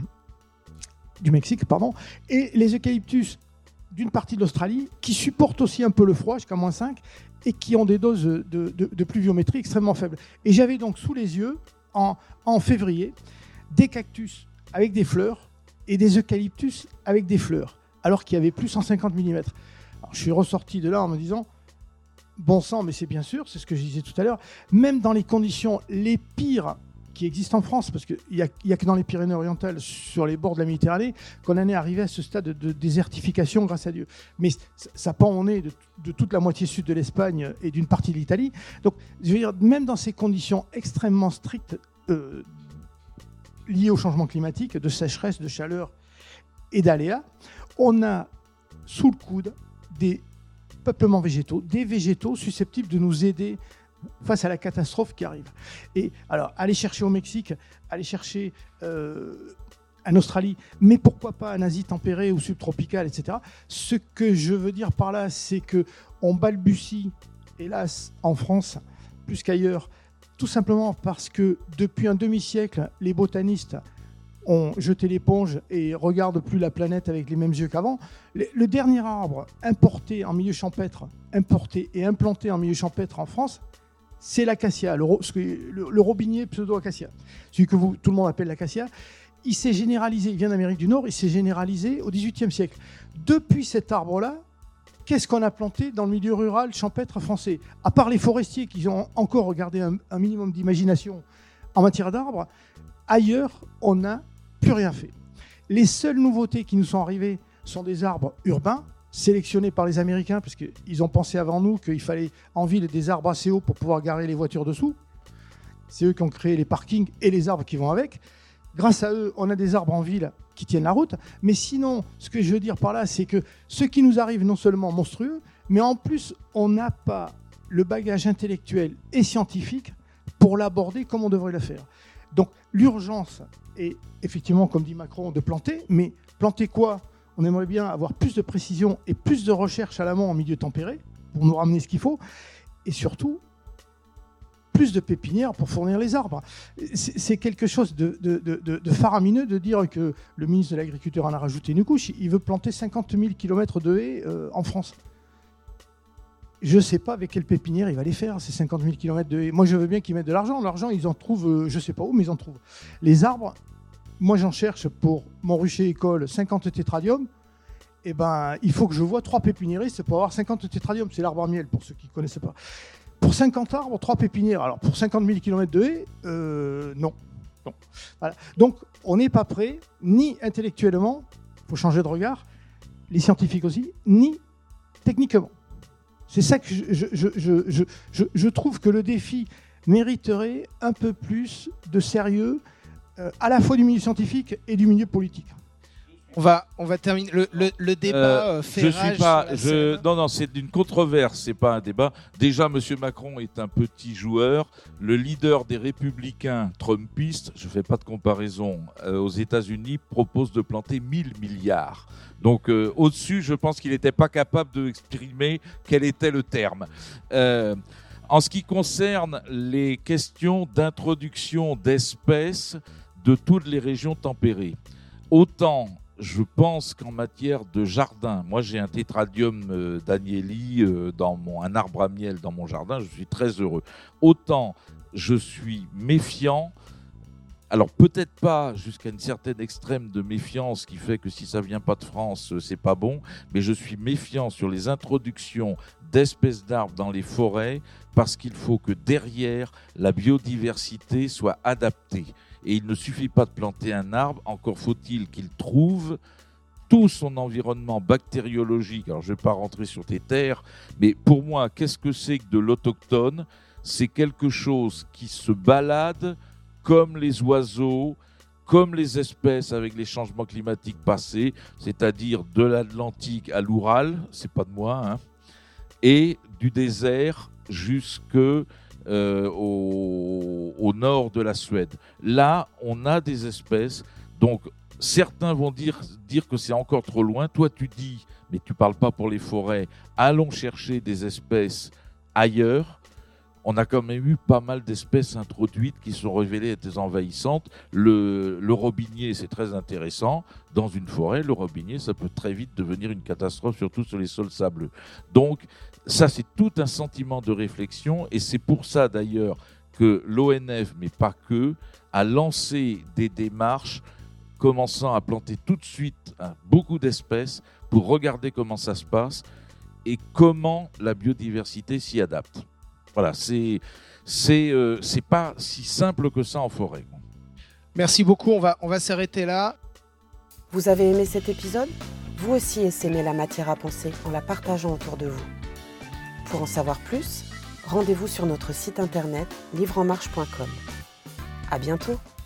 du Mexique, pardon, et les eucalyptus d'une partie de l'Australie qui supportent aussi un peu le froid, jusqu'à moins cinq, et qui ont des doses de, de, de pluviométrie extrêmement faibles. Et j'avais donc sous les yeux, en, en février, des cactus avec des fleurs et des eucalyptus avec des fleurs, alors qu'il y avait plus cent cinquante millimètres. Alors, je suis ressorti de là en me disant, bon sang, mais c'est bien sûr, c'est ce que je disais tout à l'heure, même dans les conditions les pires qui existent en France, parce qu'il n'y a, a que dans les Pyrénées-Orientales, sur les bords de la Méditerranée, qu'on en est arrivé à ce stade de désertification, grâce à Dieu. Mais ça pend au nez de, de toute la moitié sud de l'Espagne et d'une partie de l'Italie. Donc, je veux dire, même dans ces conditions extrêmement strictes euh, liées au changement climatique, de sécheresse, de chaleur et d'aléas, on a sous le coude des peuplements végétaux, des végétaux susceptibles de nous aider face à la catastrophe qui arrive. Et alors, aller chercher au Mexique, aller chercher euh, en Australie, mais pourquoi pas en Asie tempérée ou subtropicale, et cetera. Ce que je veux dire par là, c'est qu'on balbutie, hélas, en France, plus qu'ailleurs, tout simplement parce que depuis un demi-siècle, les botanistes ont jeté l'éponge et regardent plus la planète avec les mêmes yeux qu'avant. Le, le dernier arbre importé en milieu champêtre, importé et implanté en milieu champêtre en France, c'est l'acacia, le, le, le robinier pseudo-acacia, celui que vous, tout le monde appelle l'acacia. Il s'est généralisé, il vient d'Amérique du Nord, il s'est généralisé au dix-huitième siècle. Depuis cet arbre-là, qu'est-ce qu'on a planté dans le milieu rural champêtre français ? À part les forestiers qui ont encore regardé un, un minimum d'imagination en matière d'arbres, ailleurs, on n'a plus rien fait. Les seules nouveautés qui nous sont arrivées sont des arbres urbains, sélectionnés par les Américains, parce qu'ils ont pensé avant nous qu'il fallait en ville des arbres assez hauts pour pouvoir garer les voitures dessous. C'est eux qui ont créé les parkings et les arbres qui vont avec. Grâce à eux, on a des arbres en ville qui tiennent la route. Mais sinon, ce que je veux dire par là, c'est que ce qui nous arrive non seulement monstrueux, mais en plus, on n'a pas le bagage intellectuel et scientifique pour l'aborder comme on devrait le faire. Donc l'urgence est effectivement, comme dit Macron, de planter. Mais planter quoi ? On aimerait bien avoir plus de précision et plus de recherche à l'amont en milieu tempéré pour nous ramener ce qu'il faut. Et surtout, plus de pépinières pour fournir les arbres. C'est quelque chose de, de, de, de faramineux de dire que le ministre de l'Agriculture en a rajouté une couche. Il veut planter cinquante mille kilomètres de haies euh, en France. Je ne sais pas avec quelle pépinière il va les faire, ces cinquante mille kilomètres de haies. Moi, je veux bien qu'ils mettent de l'argent. L'argent, ils en trouvent, euh, je ne sais pas où, mais ils en trouvent. Les arbres, moi, j'en cherche pour mon rucher école cinquante tétradium. Eh ben, il faut que je voie trois pépiniéristes pour avoir cinquante tétradium. C'est l'arbre à miel, pour ceux qui ne connaissaient pas. Pour cinquante arbres, trois pépinières. Alors, pour cinquante mille kilomètres de haies, euh, non. non. Voilà. Donc, on n'est pas prêt, ni intellectuellement, il faut changer de regard, les scientifiques aussi, ni techniquement. C'est ça que je, je, je, je, je, je trouve que le défi mériterait un peu plus de sérieux, euh, à la fois du milieu scientifique et du milieu politique. On va, on va terminer le, le, le débat euh, fait je rage suis pas, sur la je, scène. non, non, c'est une controverse, c'est pas un débat. Déjà, Monsieur Macron est un petit joueur. Le leader des Républicains trumpistes, je fais pas de comparaison, euh, aux États-Unis propose de planter mille milliards. Donc euh, au-dessus, je pense qu'il n'était pas capable d'exprimer quel était le terme. Euh, en ce qui concerne les questions d'introduction d'espèces de toutes les régions tempérées, autant je pense qu'en matière de jardin, moi j'ai un tétradium euh, danieli, euh, dans mon, un arbre à miel dans mon jardin, je suis très heureux. Autant je suis méfiant, alors peut-être pas jusqu'à une certaine extrême de méfiance qui fait que si ça vient pas de France, euh, c'est pas bon, mais je suis méfiant sur les introductions d'espèces d'arbres dans les forêts parce qu'il faut que derrière la biodiversité soit adaptée. Et il ne suffit pas de planter un arbre, encore faut-il qu'il trouve tout son environnement bactériologique. Alors je ne vais pas rentrer sur tes terres, mais pour moi, qu'est-ce que c'est que de l'autochtone ? C'est quelque chose qui se balade comme les oiseaux, comme les espèces avec les changements climatiques passés, c'est-à-dire de l'Atlantique à l'Oural, c'est pas de moi, hein, et du désert jusque Euh, au, au nord de la Suède. Là, on a des espèces, donc certains vont dire, dire que c'est encore trop loin. Toi, tu dis, mais tu ne parles pas pour les forêts, allons chercher des espèces ailleurs. On a quand même eu pas mal d'espèces introduites qui sont révélées être envahissantes. Le, le robinier, c'est très intéressant. Dans une forêt, le robinier, ça peut très vite devenir une catastrophe, surtout sur les sols sableux. Donc, ça, c'est tout un sentiment de réflexion. Et c'est pour ça, d'ailleurs, que l'O N F, mais pas que, a lancé des démarches commençant à planter tout de suite hein, beaucoup d'espèces pour regarder comment ça se passe et comment la biodiversité s'y adapte. Voilà, c'est c'est euh, c'est pas si simple que ça en forêt. Merci beaucoup, on va, on va s'arrêter là. Vous avez aimé cet épisode ? Vous aussi essaimez la matière à penser en la partageant autour de vous. Pour en savoir plus, rendez-vous sur notre site internet livre en marche point com. À bientôt.